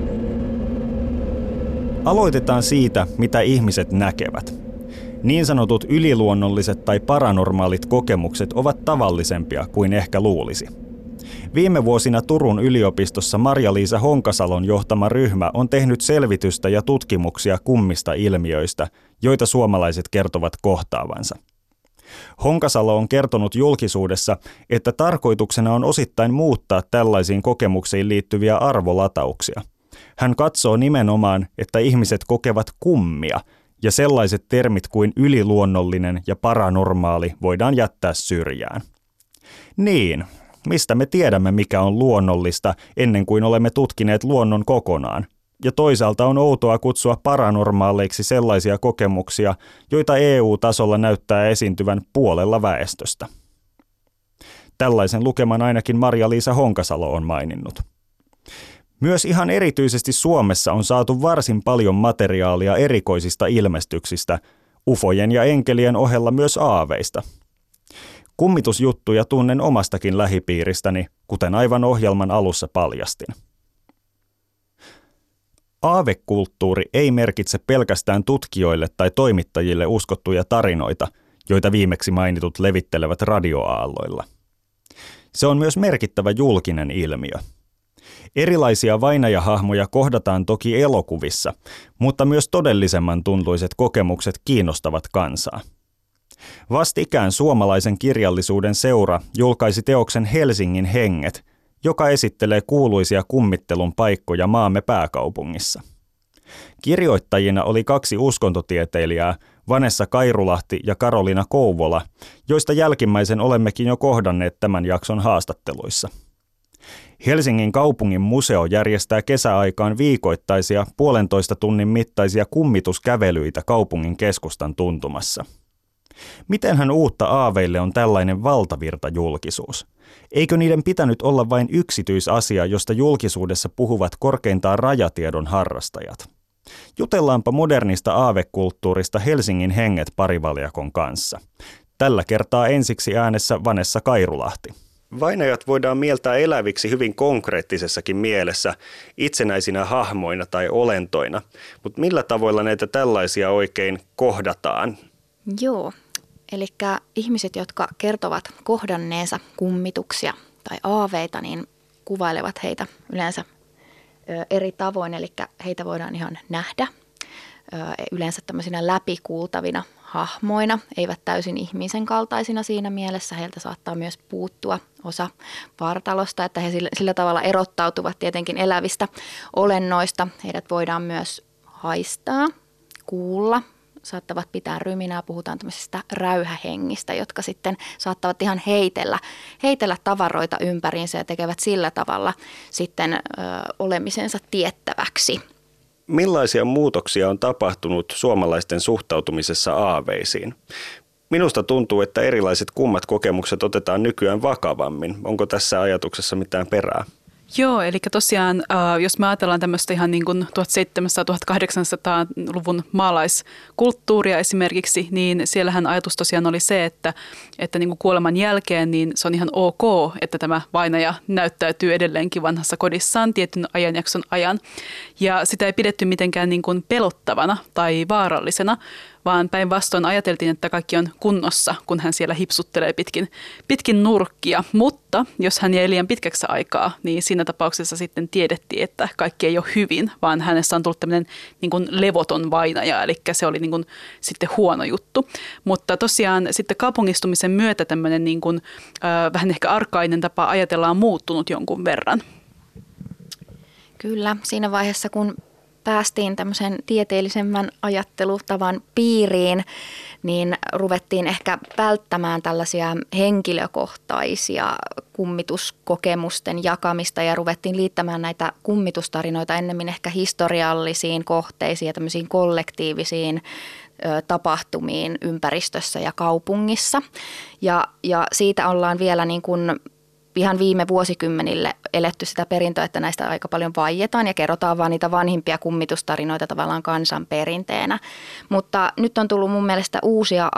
Aloitetaan siitä, mitä ihmiset näkevät. Niin sanotut yliluonnolliset tai paranormaalit kokemukset ovat tavallisempia kuin ehkä luulisi. Viime vuosina Turun yliopistossa Marja-Liisa Honkasalon johtama ryhmä on tehnyt selvitystä ja tutkimuksia kummista ilmiöistä, joita suomalaiset kertovat kohtaavansa. Honkasalo on kertonut julkisuudessa, että tarkoituksena on osittain muuttaa tällaisiin kokemuksiin liittyviä arvolatauksia. Hän katsoo nimenomaan, että ihmiset kokevat kummia, ja sellaiset termit kuin yliluonnollinen ja paranormaali voidaan jättää syrjään. Niin, mistä me tiedämme mikä on luonnollista ennen kuin olemme tutkineet luonnon kokonaan? Ja toisaalta on outoa kutsua paranormaaleiksi sellaisia kokemuksia, joita EU-tasolla näyttää esiintyvän puolella väestöstä. Tällaisen lukeman ainakin Marja-Liisa Honkasalo on maininnut. Myös ihan erityisesti Suomessa on saatu varsin paljon materiaalia erikoisista ilmestyksistä, ufojen ja enkelien ohella myös aaveista. Kummitusjuttuja tunnen omastakin lähipiiristäni, kuten aivan ohjelman alussa paljastin. Aavekulttuuri ei merkitse pelkästään tutkijoille tai toimittajille uskottuja tarinoita, joita viimeksi mainitut levittelevät radioaalloilla. Se on myös merkittävä julkinen ilmiö. Erilaisia vainajahahmoja kohdataan toki elokuvissa, mutta myös todellisemman tuntuiset kokemukset kiinnostavat kansaa. Vastikään suomalaisen kirjallisuuden seura julkaisi teoksen Helsingin henget, joka esittelee kuuluisia kummittelun paikkoja maamme pääkaupungissa. Kirjoittajina oli 2 uskontotieteilijää, Vanessa Kairulahti ja Karolina Kouvola, joista jälkimmäisen olemmekin jo kohdanneet tämän jakson haastatteluissa. Helsingin kaupungin museo järjestää kesäaikaan viikoittaisia 1,5 tunnin mittaisia kummituskävelyitä kaupungin keskustan tuntumassa. Mitenhän uutta aaveille on tällainen valtavirtajulkisuus? Eikö niiden pitänyt olla vain yksityisasia, josta julkisuudessa puhuvat korkeintaan rajatiedon harrastajat? Jutellaanpa modernista aavekulttuurista Helsingin henget parivaljakon kanssa. Tällä kertaa ensiksi äänessä Vanessa Kairulahti. Vainajat voidaan mieltää eläviksi hyvin konkreettisessakin mielessä, itsenäisinä hahmoina tai olentoina, mutta millä tavoilla näitä tällaisia oikein kohdataan? Joo, eli ihmiset, jotka kertovat kohdanneensa kummituksia tai aaveita, niin kuvailevat heitä yleensä eri tavoin, eli heitä voidaan ihan nähdä yleensä tämmöisinä läpikuultavina hahmoina, eivät täysin ihmisen kaltaisina siinä mielessä. Heiltä saattaa myös puuttua osa vartalosta, että he sillä tavalla erottautuvat tietenkin elävistä olennoista. Heidät voidaan myös haistaa, kuulla, saattavat pitää ryminää. Puhutaan tämmöisistä räyhähengistä, jotka sitten saattavat ihan heitellä tavaroita ympäriinsä ja tekevät sillä tavalla sitten olemisensa tiettäväksi. millaisia muutoksia on tapahtunut suomalaisten suhtautumisessa aaveisiin? Minusta tuntuu, että erilaiset kummat kokemukset otetaan nykyään vakavammin. Onko tässä ajatuksessa mitään perää? Joo, eli tosiaan, jos me ajatellaan tämmöistä ihan niin kuin 1700-1800-luvun maalaiskulttuuria esimerkiksi, niin siellähän ajatus tosiaan oli se, että niin kuin kuoleman jälkeen niin se on ihan ok, että tämä vainaja näyttäytyy edelleenkin vanhassa kodissaan tietyn ajanjakson ajan. Ja sitä ei pidetty mitenkään niin kuin pelottavana tai vaarallisena, vaan päinvastoin ajateltiin, että kaikki on kunnossa, kun hän siellä hipsuttelee pitkin nurkkia. Mutta jos hän jäi liian pitkäksi aikaa, niin siinä tapauksessa sitten tiedettiin, että kaikki ei ole hyvin, vaan hänessä on tullut tämmöinen niin kuin levoton vainaja, eli se oli niin kuin sitten huono juttu. Mutta tosiaan sitten kaupungistumisen myötä tämmöinen niin kuin, vähän ehkä arkainen tapa ajatella on muuttunut jonkun verran. Kyllä, siinä vaiheessa kun päästiin tämmöisen tieteellisemmän ajattelutavan piiriin, niin ruvettiin ehkä välttämään tällaisia henkilökohtaisia kummituskokemusten jakamista ja ruvettiin liittämään näitä kummitustarinoita ennemmin ehkä historiallisiin kohteisiin ja tämmöisiin kollektiivisiin tapahtumiin ympäristössä ja kaupungissa. Ja siitä ollaan vielä niin kuin ihan viime vuosikymmenille eletty sitä perintöä, että näistä aika paljon vaietaan ja kerrotaan vaan niitä vanhimpia kummitustarinoita tavallaan kansanperinteenä. Mutta nyt on tullut mun mielestä uusia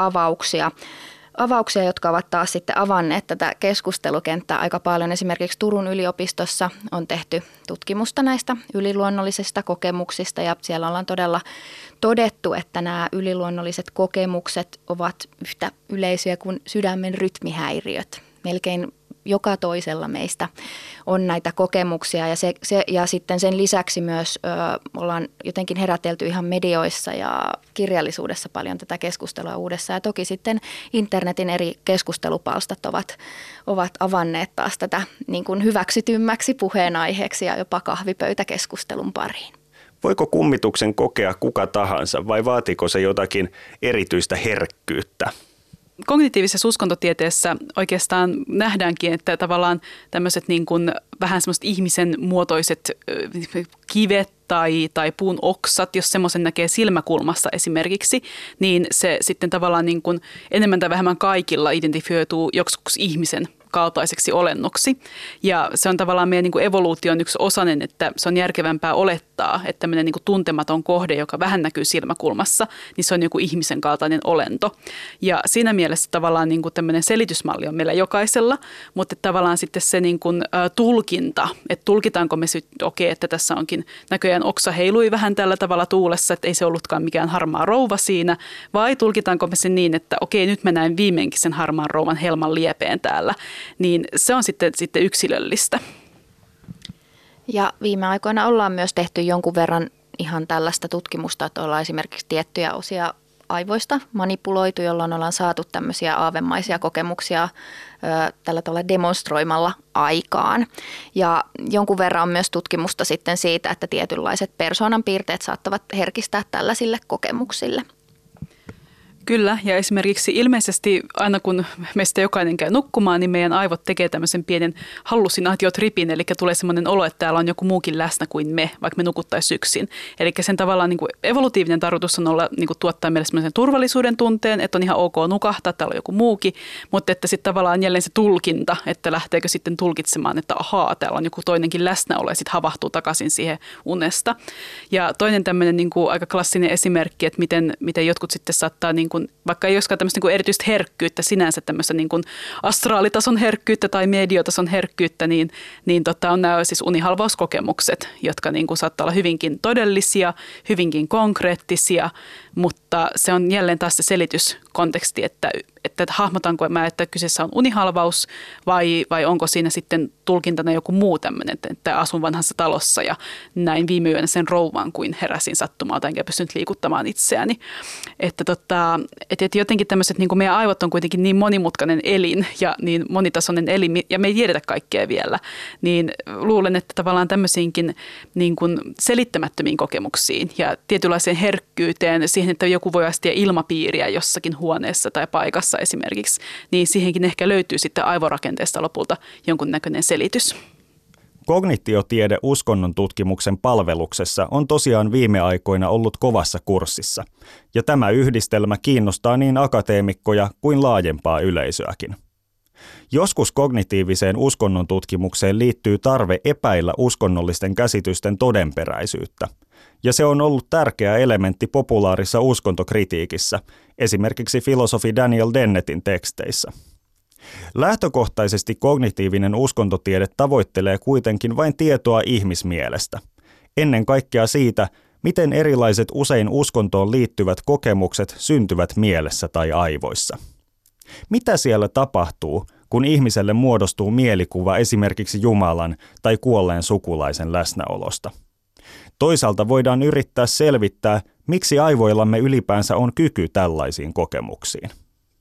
avauksia, jotka ovat taas sitten avanneet tätä keskustelukenttää aika paljon. Esimerkiksi Turun yliopistossa on tehty tutkimusta näistä yliluonnollisista kokemuksista ja siellä ollaan todella todettu, että nämä yliluonnolliset kokemukset ovat yhtä yleisiä kuin sydämen rytmihäiriöt. Melkein joka toisella meistä on näitä kokemuksia ja sitten sen lisäksi myös ollaan jotenkin herätelty ihan medioissa ja kirjallisuudessa paljon tätä keskustelua uudessa. Ja toki sitten internetin eri keskustelupalstat ovat avanneet taas tätä niin kuin hyväksytymmäksi puheenaiheeksi ja jopa kahvipöytäkeskustelun pariin. Voiko kummituksen kokea kuka tahansa vai vaatiiko se jotakin erityistä herkkyyttä? Kognitiivisessa uskontotieteessä oikeastaan nähdäänkin, että tavallaan tämmöiset niin kuin vähän semmoiset ihmisen muotoiset kivet tai puun oksat, jos semmoisen näkee silmäkulmassa esimerkiksi, niin se sitten tavallaan niin kuin enemmän tai vähemmän kaikilla identifioituu joksikin ihmisen kaltaiseksi olennoksi. Ja se on tavallaan meidän niin kuin evoluution yksi osanen, että se on järkevämpää olettaa, että tämmöinen niin kuin tuntematon kohde, joka vähän näkyy silmäkulmassa, niin se on joku ihmisen kaltainen olento. Ja siinä mielessä tavallaan niin kuin tämmöinen selitysmalli on meillä jokaisella, mutta tavallaan sitten se niin kuin, tulkinta, että tulkitaanko me sitten, että tässä onkin näköjään oksa heilui vähän tällä tavalla tuulessa, että ei se ollutkaan mikään harmaa rouva siinä, vai tulkitaanko me sen niin, että nyt mä näen viimeinkin sen harmaan rouvan helman liepeen täällä, niin se on sitten yksilöllistä. Ja viime aikoina ollaan myös tehty jonkun verran ihan tällaista tutkimusta, että ollaan esimerkiksi tiettyjä osia aivoista manipuloitu, jolloin ollaan saatu tämmöisiä aavemaisia kokemuksia tällä tavalla demonstroimalla aikaan. Ja jonkun verran on myös tutkimusta sitten siitä, että tietynlaiset persoonanpiirteet saattavat herkistää tällaisille kokemuksille. Kyllä, ja esimerkiksi ilmeisesti aina kun meistä jokainen käy nukkumaan, niin meidän aivot tekee tämmöisen pienen hallusinaatiotripin, eli tulee semmoinen olo, että täällä on joku muukin läsnä kuin me, vaikka me nukuttaisiin yksin. Eli sen tavallaan niin kuin evolutiivinen tarkoitus on olla, niin kuin tuottaa meille semmoisen turvallisuuden tunteen, että on ihan ok nukahtaa, täällä on joku muukin, mutta että sitten tavallaan jälleen se tulkinta, että lähteekö sitten tulkitsemaan, että ahaa, täällä on joku toinenkin läsnäolo ja sitten havahtuu takaisin siihen unesta. Ja toinen tämmöinen niin kuin aika klassinen esimerkki, että miten jotkut sitten saattaa niin kuin, vaikka ei olisikaan tämmöistä niin erityistä herkkyyttä sinänsä, tämmöistä niin kuin astraalitason herkkyyttä tai mediotason herkkyyttä, niin on nämä siis unihalvauskokemukset, jotka niin kuin saattaa olla hyvinkin todellisia, hyvinkin konkreettisia, mutta se on jälleen taas se selityskonteksti, että hahmotanko mä, että kyseessä on unihalvaus vai onko siinä sitten tulkintana joku muu tämmöinen, että asun vanhassa talossa ja näin viime yönä sen rouvan, kuin heräsin sattumalta enkä pystynyt liikuttamaan itseäni. Että jotenkin tämmöiset, niin kuin meidän aivot on kuitenkin niin monimutkainen elin ja niin monitasoinen elin ja me ei tiedetä kaikkea vielä, niin luulen, että tavallaan tämmöisiinkin niin kuin selittämättömiin kokemuksiin ja tietynlaiseen herkkyyteen, siihen, että joku voi astia ilmapiiriä jossakin huoneessa tai paikassa esimerkiksi, niin siihenkin ehkä löytyy sitten aivorakenteesta lopulta jonkunnäköinen selitys. kognitiotiede uskonnon tutkimuksen palveluksessa on tosiaan viime aikoina ollut kovassa kurssissa, ja tämä yhdistelmä kiinnostaa niin akateemikkoja kuin laajempaa yleisöäkin. Joskus kognitiiviseen uskonnon tutkimukseen liittyy tarve epäillä uskonnollisten käsitysten todenperäisyyttä, ja se on ollut tärkeä elementti populaarissa uskontokritiikissä, esimerkiksi filosofi Daniel Dennetin teksteissä. Lähtökohtaisesti kognitiivinen uskontotiede tavoittelee kuitenkin vain tietoa ihmismielestä, ennen kaikkea siitä, miten erilaiset usein uskontoon liittyvät kokemukset syntyvät mielessä tai aivoissa. Mitä siellä tapahtuu, kun ihmiselle muodostuu mielikuva esimerkiksi Jumalan tai kuolleen sukulaisen läsnäolosta? Toisaalta voidaan yrittää selvittää, miksi aivoillamme ylipäänsä on kyky tällaisiin kokemuksiin.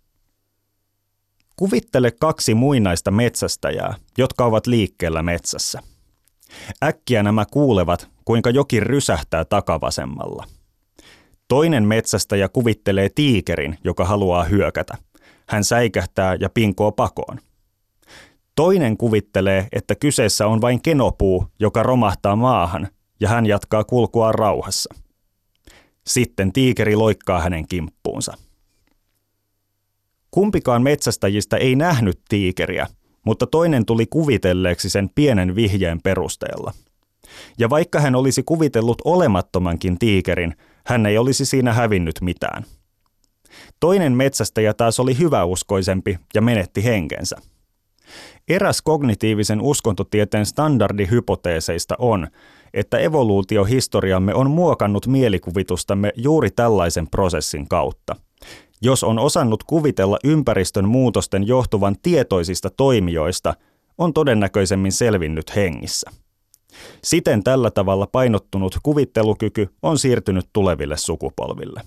Kuvittele 2 muinaista metsästäjää, jotka ovat liikkeellä metsässä. Äkkiä nämä kuulevat, kuinka jokin rysähtää takavasemmalla. Toinen metsästäjä kuvittelee tiikerin, joka haluaa hyökätä. Hän säikähtää ja pinkoo pakoon. Toinen kuvittelee, että kyseessä on vain kenopuu, joka romahtaa maahan, ja hän jatkaa kulkuaan rauhassa. Sitten tiikeri loikkaa hänen kimppuunsa. Kumpikaan metsästäjistä ei nähnyt tiikeriä, mutta toinen tuli kuvitelleeksi sen pienen vihjeen perusteella. Ja vaikka hän olisi kuvitellut olemattomankin tiikerin, hän ei olisi siinä hävinnyt mitään. Toinen metsästäjä taas oli hyväuskoisempi ja menetti henkensä. Eräs kognitiivisen uskontotieteen standardihypoteeseista on, että evoluutiohistoriamme on muokannut mielikuvitustamme juuri tällaisen prosessin kautta. Jos on osannut kuvitella ympäristön muutosten johtuvan tietoisista toimijoista, on todennäköisemmin selvinnyt hengissä. Siten tällä tavalla painottunut kuvittelukyky on siirtynyt tuleville sukupolville.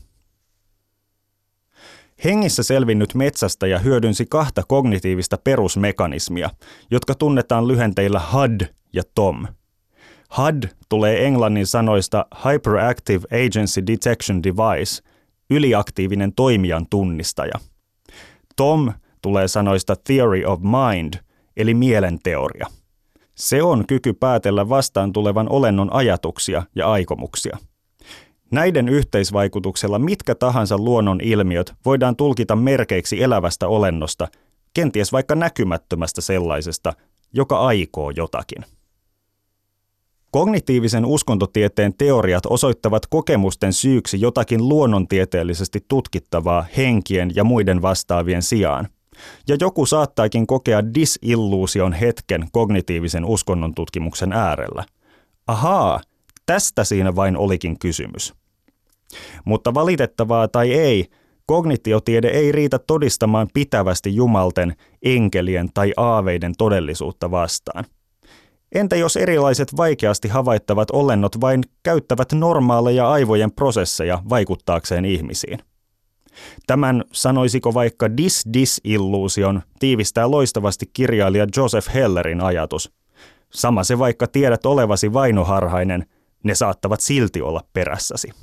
Hengissä selvinnyt metsästäjä hyödynsi 2 kognitiivista perusmekanismia, jotka tunnetaan lyhenteillä HUD ja TOM. HUD tulee englannin sanoista Hyperactive Agency Detection Device, yliaktiivinen toimijan tunnistaja. TOM tulee sanoista Theory of Mind, eli mielenteoria. Se on kyky päätellä vastaan tulevan olennon ajatuksia ja aikomuksia. Näiden yhteisvaikutuksella mitkä tahansa luonnon ilmiöt voidaan tulkita merkeiksi elävästä olennosta, kenties vaikka näkymättömästä sellaisesta, joka aikoo jotakin. Kognitiivisen uskontotieteen teoriat osoittavat kokemusten syyksi jotakin luonnontieteellisesti tutkittavaa henkien ja muiden vastaavien sijaan. Ja joku saattaakin kokea disilluusion hetken kognitiivisen uskonnon tutkimuksen äärellä. Ahaa, tästä siinä vain olikin kysymys. Mutta valitettavaa tai ei, kognitiotiede ei riitä todistamaan pitävästi jumalten, enkelien tai aaveiden todellisuutta vastaan. Entä jos erilaiset vaikeasti havaittavat olennot vain käyttävät normaaleja aivojen prosesseja vaikuttaakseen ihmisiin? Tämän, sanoisiko vaikka disilluusion, tiivistää loistavasti kirjailija Joseph Hellerin ajatus. Sama se vaikka tiedät olevasi vainoharhainen, ne saattavat silti olla perässäsi.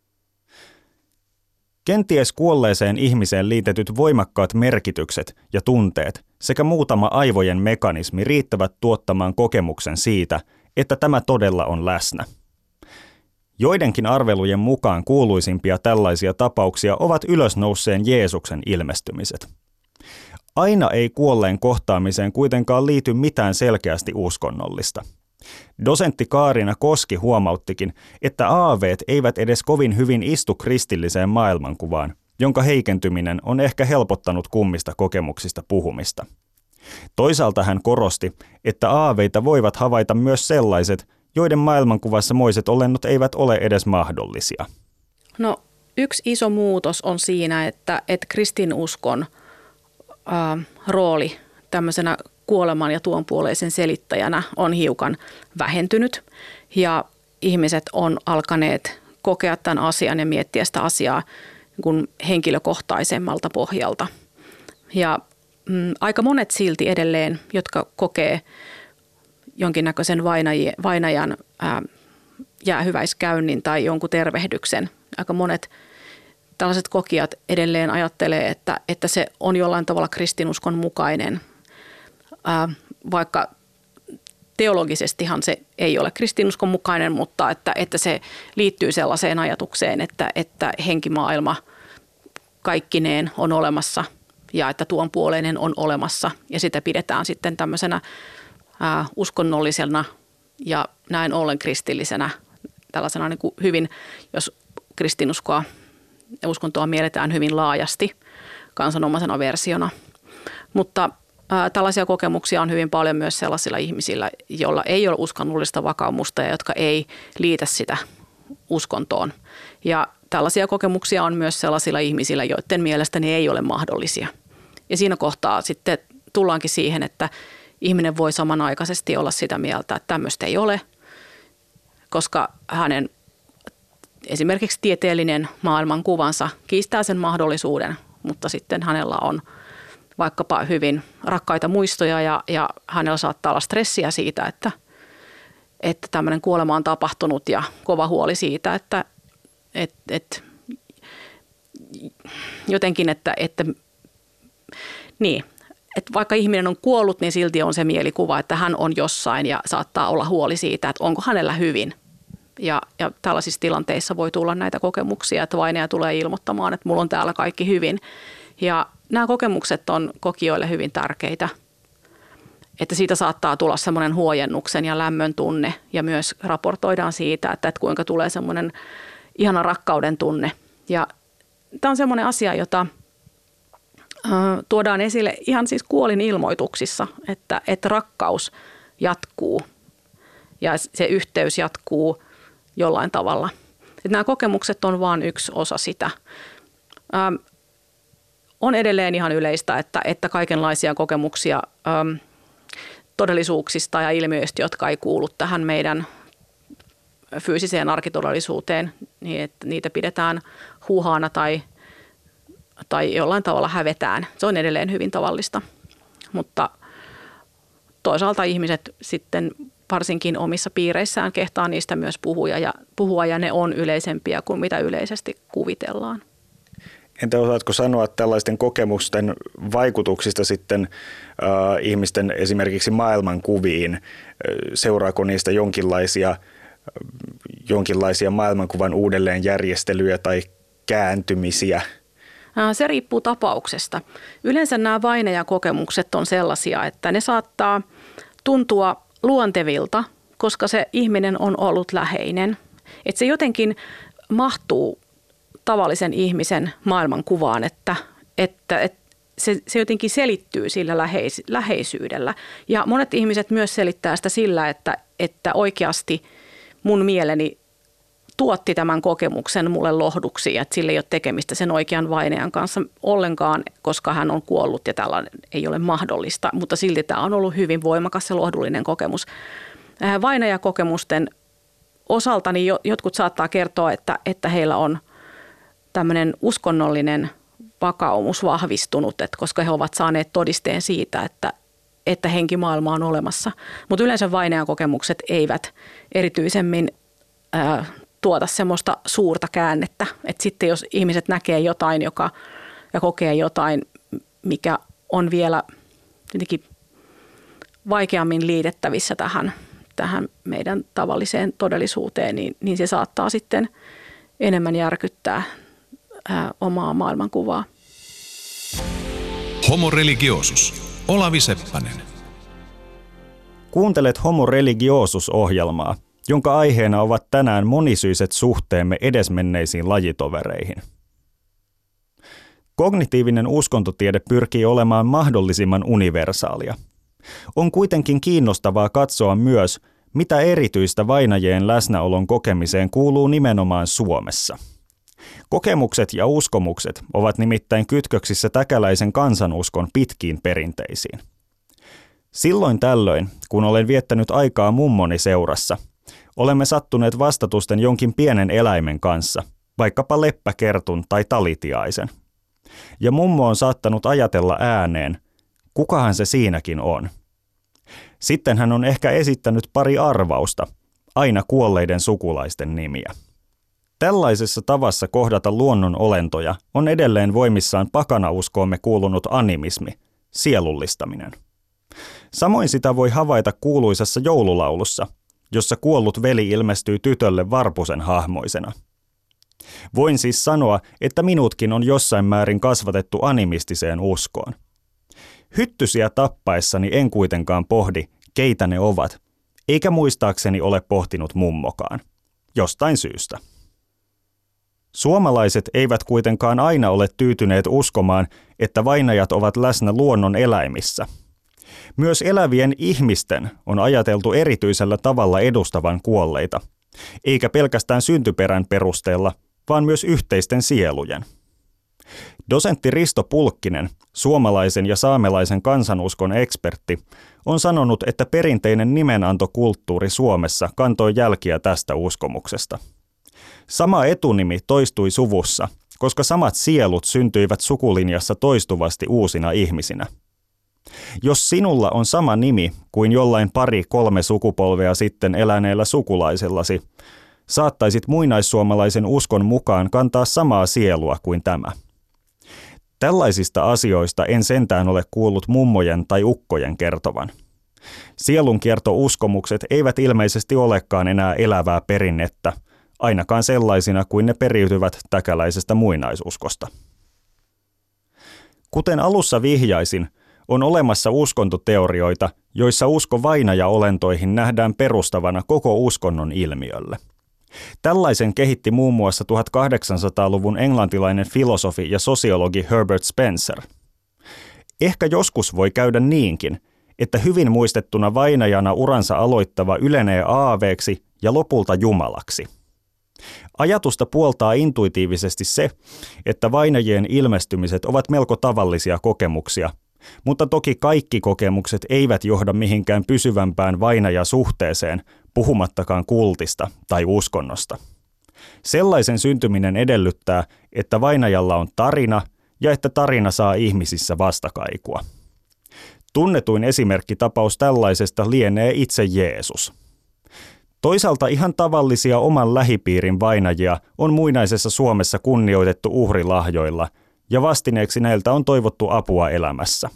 Kenties kuolleeseen ihmiseen liitetyt voimakkaat merkitykset ja tunteet sekä muutama aivojen mekanismi riittävät tuottamaan kokemuksen siitä, että tämä todella on läsnä. Joidenkin arvelujen mukaan kuuluisimpia tällaisia tapauksia ovat ylösnouseen Jeesuksen ilmestymiset. Aina ei kuolleen kohtaamiseen kuitenkaan liity mitään selkeästi uskonnollista. Dosentti Kaarina Koski huomauttikin, että aaveet eivät edes kovin hyvin istu kristilliseen maailmankuvaan, jonka heikentyminen on ehkä helpottanut kummista kokemuksista puhumista. Toisaalta hän korosti, että aaveita voivat havaita myös sellaiset, joiden maailmankuvassa moiset olennot eivät ole edes mahdollisia. No, yksi iso muutos on siinä, että kristinuskon rooli tämmöisenä kuoleman ja tuonpuoleisen selittäjänä on hiukan vähentynyt ja ihmiset on alkaneet kokea tämän asian ja miettiä sitä asiaa niin henkilökohtaisemmalta pohjalta. Ja aika monet silti edelleen, jotka kokee jonkinnäköisen vainajan jäähyväiskäynnin tai jonkun tervehdyksen, aika monet tällaiset kokijat edelleen ajattelee, että se on jollain tavalla kristinuskon mukainen, vaikka teologisestihan se ei ole kristinuskon mukainen, mutta että se liittyy sellaiseen ajatukseen, että henkimaailma kaikkineen on olemassa ja että tuon puoleinen on olemassa ja sitä pidetään sitten tämmöisenä uskonnollisena ja näin ollen kristillisenä tällaisena niin kuin hyvin, jos kristinuskoa ja uskontoa mielletään hyvin laajasti kansanomaisena versiona. Mutta tällaisia kokemuksia on hyvin paljon myös sellaisilla ihmisillä, joilla ei ole uskonnollista vakaumusta ja jotka ei liitä sitä uskontoon. Ja tällaisia kokemuksia on myös sellaisilla ihmisillä, joiden mielestä ne ei ole mahdollisia. Ja siinä kohtaa sitten tullaankin siihen, että ihminen voi samanaikaisesti olla sitä mieltä, että tämmöistä ei ole, koska hänen esimerkiksi tieteellinen maailmankuvansa kiistää sen mahdollisuuden, mutta sitten hänellä on vaikkapa hyvin rakkaita muistoja ja hänellä saattaa olla stressiä siitä, että tämmöinen kuolema on tapahtunut ja kova huoli siitä, että jotenkin, että vaikka ihminen on kuollut, niin silti on se mielikuva, että hän on jossain ja saattaa olla huoli siitä, että onko hänellä hyvin. Ja tällaisissa tilanteissa voi tulla näitä kokemuksia, että vainaja tulee ilmoittamaan, että mulla on täällä kaikki hyvin. Ja nämä kokemukset on kokijoille hyvin tärkeitä, että siitä saattaa tulla semmoinen huojennuksen ja lämmön tunne ja myös raportoidaan siitä, että kuinka tulee semmoinen ihana rakkauden tunne. Ja tämä on semmoinen asia, jota tuodaan esille ihan siis kuolinilmoituksissa, että rakkaus jatkuu ja se yhteys jatkuu jollain tavalla. Että nämä kokemukset on vain yksi osa sitä. On edelleen ihan yleistä, että kaikenlaisia kokemuksia todellisuuksista ja ilmiöistä, jotka ei kuulu tähän meidän fyysiseen arkitodellisuuteen, niin että niitä pidetään huuhaana tai jollain tavalla hävetään. Se on edelleen hyvin tavallista, mutta toisaalta ihmiset sitten varsinkin omissa piireissään kehtaa niistä myös puhua ja ne on yleisempiä kuin mitä yleisesti kuvitellaan. Entä osaatko sanoa tällaisten kokemusten vaikutuksista sitten ihmisten esimerkiksi maailmankuviin? Seuraako niistä jonkinlaisia maailmankuvan uudelleenjärjestelyjä tai kääntymisiä? Se riippuu tapauksesta. Yleensä nämä vainajakokemukset on sellaisia, että ne saattaa tuntua luontevilta, koska se ihminen on ollut läheinen. Että se jotenkin mahtuu tavallisen ihmisen maailmankuvaan, että se jotenkin selittyy sillä läheisyydellä. Ja monet ihmiset myös selittää sitä sillä, että oikeasti mun mieleni tuotti tämän kokemuksen mulle lohduksi, että sillä ei ole tekemistä sen oikean vainajan kanssa ollenkaan, koska hän on kuollut ja tällainen ei ole mahdollista, mutta silti tämä on ollut hyvin voimakas ja lohdullinen kokemus. Vainajakokemusten osalta niin jotkut saattaa kertoa, että heillä on tämmöinen uskonnollinen vakaumus vahvistunut, että koska he ovat saaneet todisteen siitä, että henkimaailma on olemassa. Mutta yleensä vainajakokemukset eivät erityisemmin tuota semmoista suurta käännettä. Että sitten jos ihmiset näkee jotain ja kokee jotain, mikä on vielä jotenkin vaikeammin liitettävissä tähän meidän tavalliseen todellisuuteen, niin se saattaa sitten enemmän järkyttää omaa maailmankuvaa. Homo religiosus. Olavi Seppänen. Kuuntelet Homo religiosus-ohjelmaa, jonka aiheena ovat tänään monisyiset suhteemme edesmenneisiin lajitovereihin. Kognitiivinen uskontotiede pyrkii olemaan mahdollisimman universaalia. On kuitenkin kiinnostavaa katsoa myös, mitä erityistä vainajien läsnäolon kokemiseen kuuluu nimenomaan Suomessa. Kokemukset ja uskomukset ovat nimittäin kytköksissä täkäläisen kansanuskon pitkiin perinteisiin. Silloin tällöin, kun olen viettänyt aikaa mummoni seurassa, olemme sattuneet vastatusten jonkin pienen eläimen kanssa, vaikkapa leppäkertun tai talitiaisen. Ja mummo on saattanut ajatella ääneen, kukahan se siinäkin on. Sitten hän on ehkä esittänyt pari arvausta, aina kuolleiden sukulaisten nimiä. Tällaisessa tavassa kohdata luonnon olentoja on edelleen voimissaan pakanauskoomme kuulunut animismi, sielullistaminen. Samoin sitä voi havaita kuuluisassa joululaulussa, jossa kuollut veli ilmestyy tytölle varpusen hahmoisena. Voin siis sanoa, että minutkin on jossain määrin kasvatettu animistiseen uskoon. Hyttysiä tappaessani en kuitenkaan pohdi, keitä ne ovat, eikä muistaakseni ole pohtinut mummokaan. Jostain syystä. Suomalaiset eivät kuitenkaan aina ole tyytyneet uskomaan, että vainajat ovat läsnä luonnon eläimissä. Myös elävien ihmisten on ajateltu erityisellä tavalla edustavan kuolleita, eikä pelkästään syntyperän perusteella, vaan myös yhteisten sielujen. Dosentti Risto Pulkkinen, suomalaisen ja saamelaisen kansanuskon ekspertti, on sanonut, että perinteinen nimenantokulttuuri Suomessa kantoi jälkiä tästä uskomuksesta. Sama etunimi toistui suvussa, koska samat sielut syntyivät sukulinjassa toistuvasti uusina ihmisinä. Jos sinulla on sama nimi kuin jollain 2-3 sukupolvea sitten eläneellä sukulaisellasi, saattaisit muinaissuomalaisen uskon mukaan kantaa samaa sielua kuin tämä. Tällaisista asioista en sentään ole kuullut mummojen tai ukkojen kertovan. Sielunkiertouskomukset eivät ilmeisesti olekaan enää elävää perinnettä, ainakaan sellaisina kuin ne periytyvät täkäläisestä muinaisuskosta. Kuten alussa vihjaisin, on olemassa uskontoteorioita, joissa usko vainajaolentoihin nähdään perustavana koko uskonnon ilmiölle. Tällaisen kehitti muun muassa 1800-luvun englantilainen filosofi ja sosiologi Herbert Spencer. Ehkä joskus voi käydä niinkin, että hyvin muistettuna vainajana uransa aloittava ylenee aaveeksi ja lopulta jumalaksi. Ajatusta puoltaa intuitiivisesti se, että vainajien ilmestymiset ovat melko tavallisia kokemuksia, mutta toki kaikki kokemukset eivät johda mihinkään pysyvämpään vainajasuhteeseen, puhumattakaan kultista tai uskonnosta. Sellaisen syntyminen edellyttää, että vainajalla on tarina ja että tarina saa ihmisissä vastakaikua. Tunnetuin esimerkkitapaus tällaisesta lienee itse Jeesus. Toisaalta ihan tavallisia oman lähipiirin vainajia on muinaisessa Suomessa kunnioitettu uhrilahjoilla, ja vastineeksi näiltä on toivottu apua elämässä.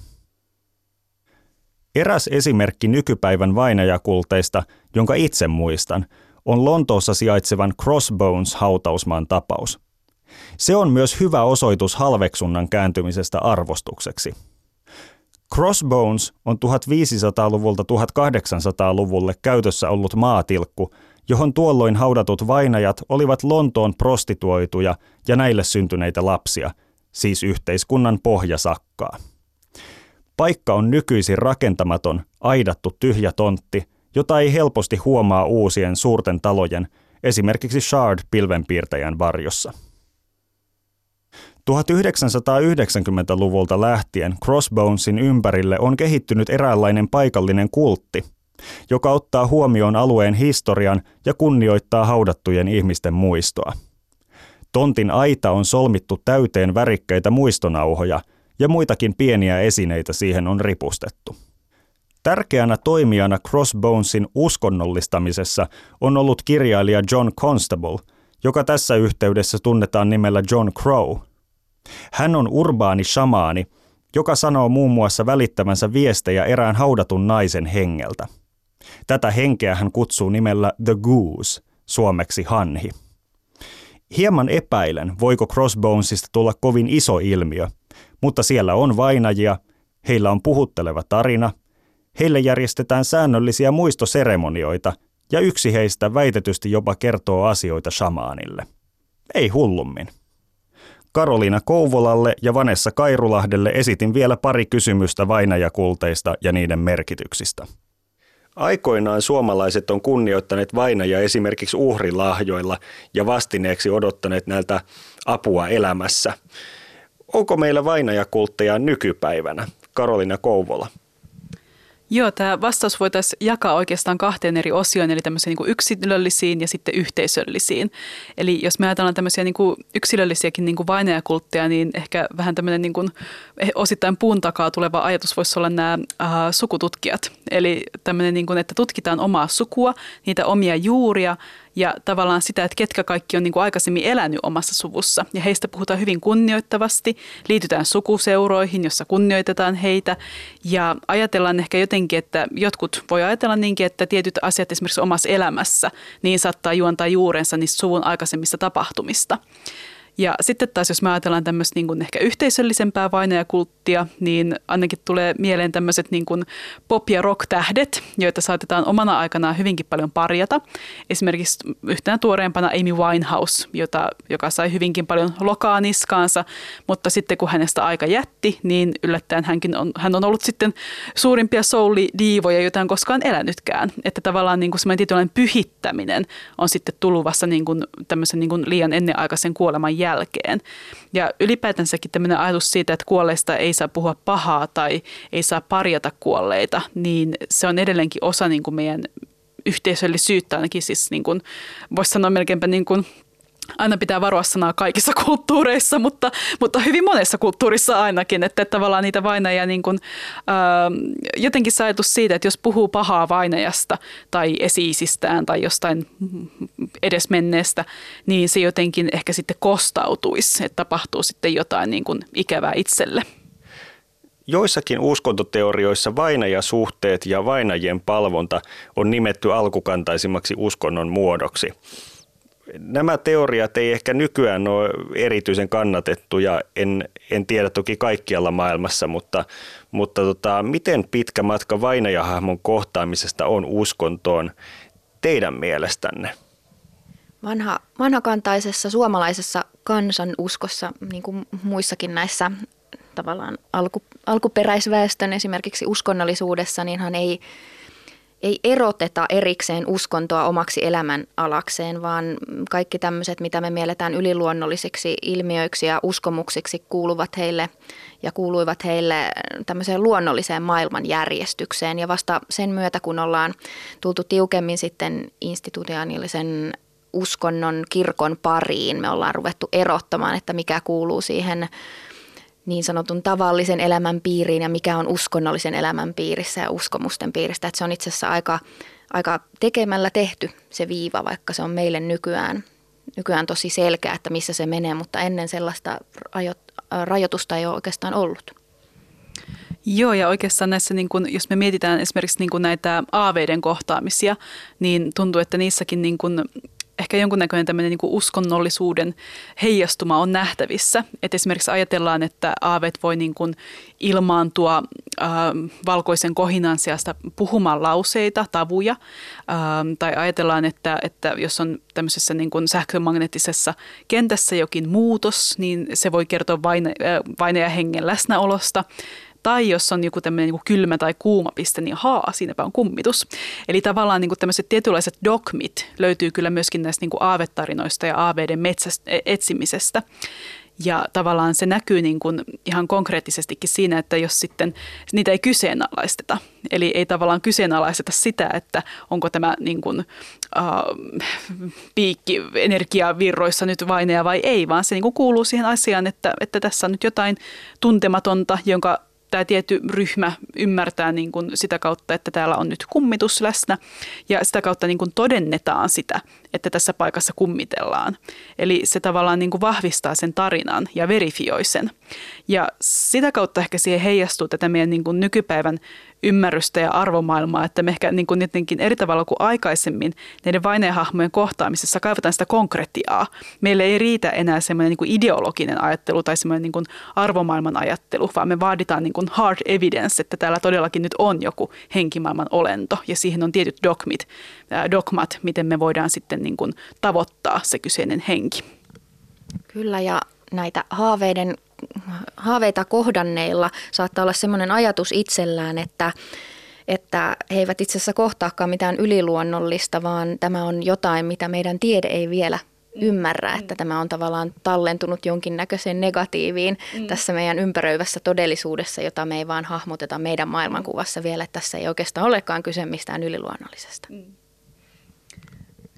Eräs esimerkki nykypäivän vainajakulteista, jonka itse muistan, on Lontoossa sijaitsevan Crossbones-hautausmaan tapaus. Se on myös hyvä osoitus halveksunnan kääntymisestä arvostukseksi. Crossbones on 1500-luvulta 1800-luvulle käytössä ollut maatilkku, johon tuolloin haudatut vainajat olivat Lontoon prostituoituja ja näille syntyneitä lapsia, siis yhteiskunnan pohjasakkaa. Paikka on nykyisin rakentamaton, aidattu tyhjä tontti, jota ei helposti huomaa uusien suurten talojen, esimerkiksi Shard-pilvenpiirtäjän varjossa. 1990-luvulta lähtien Crossbonesin ympärille on kehittynyt eräänlainen paikallinen kultti, joka ottaa huomioon alueen historian ja kunnioittaa haudattujen ihmisten muistoa. Tontin aita on solmittu täyteen värikkäitä muistonauhoja ja muitakin pieniä esineitä siihen on ripustettu. Tärkeänä toimijana Crossbonesin uskonnollistamisessa on ollut kirjailija John Constable, joka tässä yhteydessä tunnetaan nimellä John Crow. Hän on urbaani shamaani, joka sanoo muun muassa välittävänsä viestejä erään haudatun naisen hengeltä. Tätä henkeä hän kutsuu nimellä The Goose, suomeksi hanhi. Hieman epäilen, voiko Crossbonesista tulla kovin iso ilmiö, mutta siellä on vainajia, heillä on puhutteleva tarina, heille järjestetään säännöllisiä muistoseremonioita ja yksi heistä väitetysti jopa kertoo asioita shamaanille. Ei hullummin. Karoliina Kouvolalle ja Vanessa Kairulahdelle esitin vielä pari kysymystä vainajakulteista ja niiden merkityksistä. Aikoinaan suomalaiset on kunnioittaneet vainajia esimerkiksi uhrilahjoilla ja vastineeksi odottaneet näiltä apua elämässä. Onko meillä vainajakultteja nykypäivänä? Karoliina Kouvola. Joo, tämä vastaus voitaisiin jakaa oikeastaan 2 eri osioon, eli tämmöisiä niin kuin yksilöllisiin ja sitten yhteisöllisiin. Eli jos me ajatellaan tämmöisiä niin kuin yksilöllisiäkin niin kuin vainajakultteja, niin ehkä vähän tämmöinen niin kuin osittain puun takaa tuleva ajatus voisi olla nämä sukututkijat. Eli tämmöinen, niin kuin, että tutkitaan omaa sukua, niitä omia juuria ja tavallaan sitä, että ketkä kaikki on niin kuin aikaisemmin elänyt omassa suvussa. Ja heistä puhutaan hyvin kunnioittavasti, liitytään sukuseuroihin, jossa kunnioitetaan heitä. Ja ajatellaan ehkä jotenkin, että jotkut voi ajatella niinkin, että tietyt asiat esimerkiksi omassa elämässä, niin saattaa juontaa juurensa niistä suvun aikaisemmista tapahtumista. Ja sitten taas, jos me ajatellaan tämmöistä niin kuin ehkä yhteisöllisempää vainajakulttia, niin ainakin tulee mieleen tämmöiset niin kuin pop- ja rock-tähdet, joita saatetaan omana aikanaan hyvinkin paljon parjata. Esimerkiksi yhtenä tuoreempana Amy Winehouse, joka sai hyvinkin paljon lokaa niskaansa, mutta sitten kun hänestä aika jätti, niin yllättäen hän on ollut sitten suurimpia soul-diivoja, joita hän koskaan elänytkään. Että tavallaan niin kuin semmoinen tietynlainen pyhittäminen on sitten tullut vasta niin kuin tämmöisen niin kuin liian ennenaikaisen kuoleman jälkeen. Ja ylipäätänsäkin tämmöinen ajatus siitä, että kuolleista ei saa puhua pahaa tai ei saa parjata kuolleita, niin se on edelleenkin osa niin kuin meidän yhteisöllisyyttä ainakin siis niin kuin, voisi sanoa melkeinpä niin kuin, aina pitää varoa sanaa kaikissa kulttuureissa, mutta hyvin monessa kulttuurissa ainakin, että tavallaan niitä vainajia niin kuin, jotenkin se ajatus siitä, että jos puhuu pahaa vainajasta tai esi-isistään tai jostain edesmenneestä, niin se jotenkin ehkä sitten kostautuisi, että tapahtuu sitten jotain niin kuin ikävää itselle. Joissakin uskontoteorioissa vainajasuhteet ja vainajien palvonta on nimetty alkukantaisimmaksi uskonnon muodoksi. Nämä teoriat ei ehkä nykyään ole erityisen kannatettuja, en tiedä toki kaikkialla maailmassa, mutta miten pitkä matka vainajahahmon kohtaamisesta on uskontoon teidän mielestänne? Vanhakantaisessa suomalaisessa kansanuskossa, niin kuin muissakin näissä tavallaan alkuperäisväestön esimerkiksi uskonnollisuudessa, niinhan ei eroteta erikseen uskontoa omaksi elämänalakseen, vaan kaikki tämmöiset, mitä me mielletään yliluonnollisiksi ilmiöiksi ja uskomuksiksi, kuuluivat heille tämmöiseen luonnolliseen maailmanjärjestykseen. Ja vasta sen myötä, kun ollaan tultu tiukemmin sitten institutionaalisen uskonnon kirkon pariin, me ollaan ruvettu erottamaan, että mikä kuuluu siihen niin sanotun tavallisen elämän piiriin ja mikä on uskonnollisen elämän piirissä ja uskomusten piiristä. Että se on itse asiassa aika tekemällä tehty se viiva, vaikka se on meille nykyään tosi selkeä, että missä se menee, mutta ennen sellaista rajoitusta ei ole oikeastaan ollut. Joo, ja oikeastaan näissä, niin kun, jos me mietitään esimerkiksi niin kun näitä aaveiden kohtaamisia, niin tuntuu, että niissäkin niin kun ehkä jonkunnäköinen tämmöinen niin kuin uskonnollisuuden heijastuma on nähtävissä. Et esimerkiksi ajatellaan, että aaveet voi niin kuin ilmaantua valkoisen kohinan sijasta puhumaan lauseita, tavuja. Tai ajatellaan, että jos on tämmöisessä niin kuin sähkömagneettisessa kentässä jokin muutos, niin se voi kertoa vainajahengen läsnäolosta. Tai jos on joku tämmöinen niin kylmä tai kuuma piste, niin siinäpä on kummitus. Eli tavallaan niin tämmöiset tietynlaiset dogmit löytyy kyllä myöskin näistä niin aavetarinoista ja aaveiden etsimisestä. Ja tavallaan se näkyy niin kuin ihan konkreettisestikin siinä, että jos sitten niitä ei kyseenalaisteta. Eli ei tavallaan kyseenalaisteta sitä, että onko tämä niin kuin, piikki energiavirroissa nyt vainaja vai ei, vaan se niin kuin kuuluu siihen asiaan, että tässä on nyt jotain tuntematonta, jonka tämä tietty ryhmä ymmärtää niin kuin sitä kautta, että täällä on nyt kummitus läsnä ja sitä kautta niin kuin todennetaan sitä, että tässä paikassa kummitellaan. Eli se tavallaan niin kuin vahvistaa sen tarinan ja verifioi sen. Ja sitä kautta ehkä siihen heijastuu tätä meidän niin kuin nykypäivän ymmärrystä ja arvomaailmaa, että me ehkä niin kuin jotenkin eri tavalla kuin aikaisemmin näiden vainajahahmojen kohtaamisessa kaivataan sitä konkretiaa. Meille ei riitä enää semmoinen niin kuin ideologinen ajattelu tai semmoinen niin kuin arvomaailman ajattelu, vaan me vaaditaan niin kuin hard evidence, että täällä todellakin nyt on joku henkimaailman olento ja siihen on tietyt dogmat, miten me voidaan sitten niin kuin tavoittaa se kyseinen henki. Kyllä, ja näitä haaveita kohdanneilla saattaa olla semmoinen ajatus itsellään, että he eivät itse asiassa kohtaakaan mitään yliluonnollista, vaan tämä on jotain, mitä meidän tiede ei vielä ymmärrä, että tämä on tavallaan tallentunut jonkinnäköiseen negatiiviin tässä meidän ympäröivässä todellisuudessa, jota me ei vaan hahmoteta meidän maailmankuvassa vielä, että tässä ei oikeastaan olekaan kyse mistään yliluonnollisesta.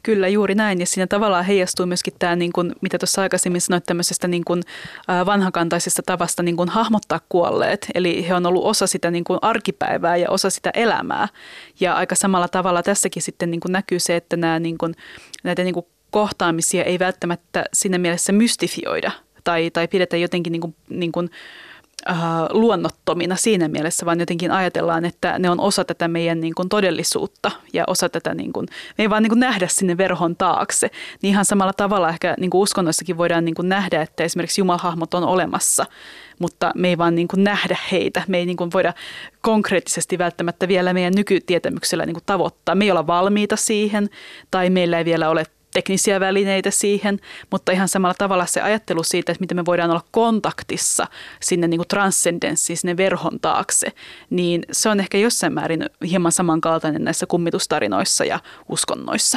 Kyllä, juuri näin. Ja siinä tavallaan heijastuu myöskin tämä, niin kuin, mitä tuossa aikaisemmin sanoit, tämmöisestä niin kuin, vanhakantaisesta tavasta niin kuin hahmottaa kuolleet. Eli he on ollut osa sitä niin kuin arkipäivää ja osa sitä elämää. Ja aika samalla tavalla tässäkin sitten niin kuin näkyy se, että näitä niin kuin kohtaamisia ei välttämättä siinä mielessä mystifioida tai pidetä jotenkin niin kuin luonnottomina siinä mielessä, vaan jotenkin ajatellaan, että ne on osa tätä meidän niin kuin todellisuutta ja osa tätä, niin kuin, me ei vaan niin kuin nähdä sinne verhon taakse. Niin ihan samalla tavalla ehkä niin kuin uskonnoissakin voidaan niin kuin nähdä, että esimerkiksi jumalahahmot on olemassa, mutta me ei vaan niin kuin nähdä heitä. Me ei niin kuin voida konkreettisesti välttämättä vielä meidän nykytietämyksellä niin kuin tavoittaa. Me ei olla valmiita siihen tai meillä ei vielä ole teknisiä välineitä siihen, mutta ihan samalla tavalla se ajattelu siitä, että miten me voidaan olla kontaktissa sinne niin kuin transcendenssiin, sinne verhon taakse, niin se on ehkä jossain määrin hieman samankaltainen näissä kummitustarinoissa ja uskonnoissa.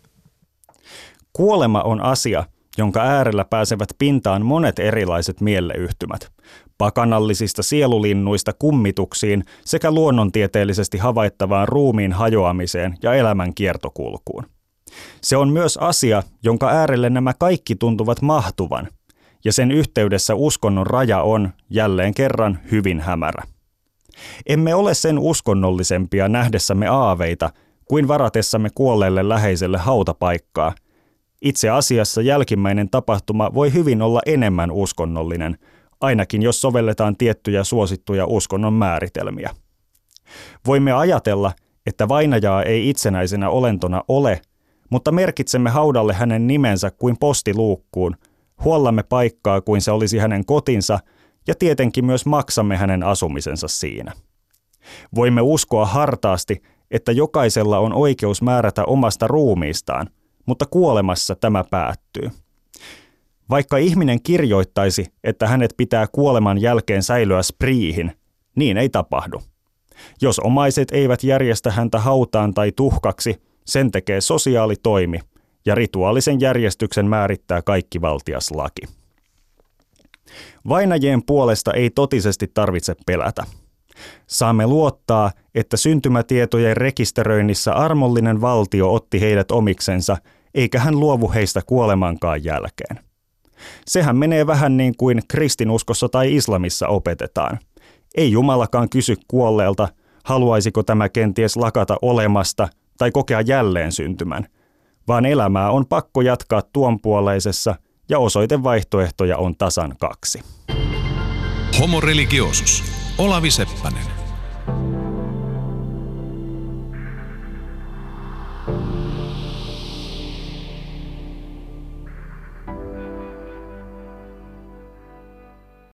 Kuolema on asia, jonka äärellä pääsevät pintaan monet erilaiset mielleyhtymät, pakanallisista sielulinnuista kummituksiin sekä luonnontieteellisesti havaittavaan ruumiin hajoamiseen ja elämän kiertokulkuun. Se on myös asia, jonka äärelle nämä kaikki tuntuvat mahtuvan, ja sen yhteydessä uskonnon raja on, jälleen kerran, hyvin hämärä. Emme ole sen uskonnollisempia nähdessämme aaveita kuin varatessamme kuolleelle läheiselle hautapaikkaa. Itse asiassa jälkimmäinen tapahtuma voi hyvin olla enemmän uskonnollinen, ainakin jos sovelletaan tiettyjä suosittuja uskonnon määritelmiä. Voimme ajatella, että vainajaa ei itsenäisenä olentona ole, mutta merkitsemme haudalle hänen nimensä kuin postiluukkuun, huollamme paikkaa kuin se olisi hänen kotinsa ja tietenkin myös maksamme hänen asumisensa siinä. Voimme uskoa hartaasti, että jokaisella on oikeus määrätä omasta ruumiistaan, mutta kuolemassa tämä päättyy. Vaikka ihminen kirjoittaisi, että hänet pitää kuoleman jälkeen säilyä spriihin, niin ei tapahdu. Jos omaiset eivät järjestä häntä hautaan tai tuhkaksi, sen tekee sosiaalitoimi ja rituaalisen järjestyksen määrittää kaikkivaltias laki. Vainajien puolesta ei totisesti tarvitse pelätä. Saamme luottaa, että syntymätietojen rekisteröinnissä armollinen valtio otti heidät omiksensa, eikä hän luovu heistä kuolemankaan jälkeen. Sehän menee vähän niin kuin kristinuskossa tai islamissa opetetaan. Ei Jumalakaan kysy kuolleelta, haluaisiko tämä kenties lakata olemasta tai kokea jälleen syntymän, vaan elämää on pakko jatkaa tuonpuoleisessa ja osoitevaihtoehtoja on tasan 2. Homo religiosus. Olavi Seppänen.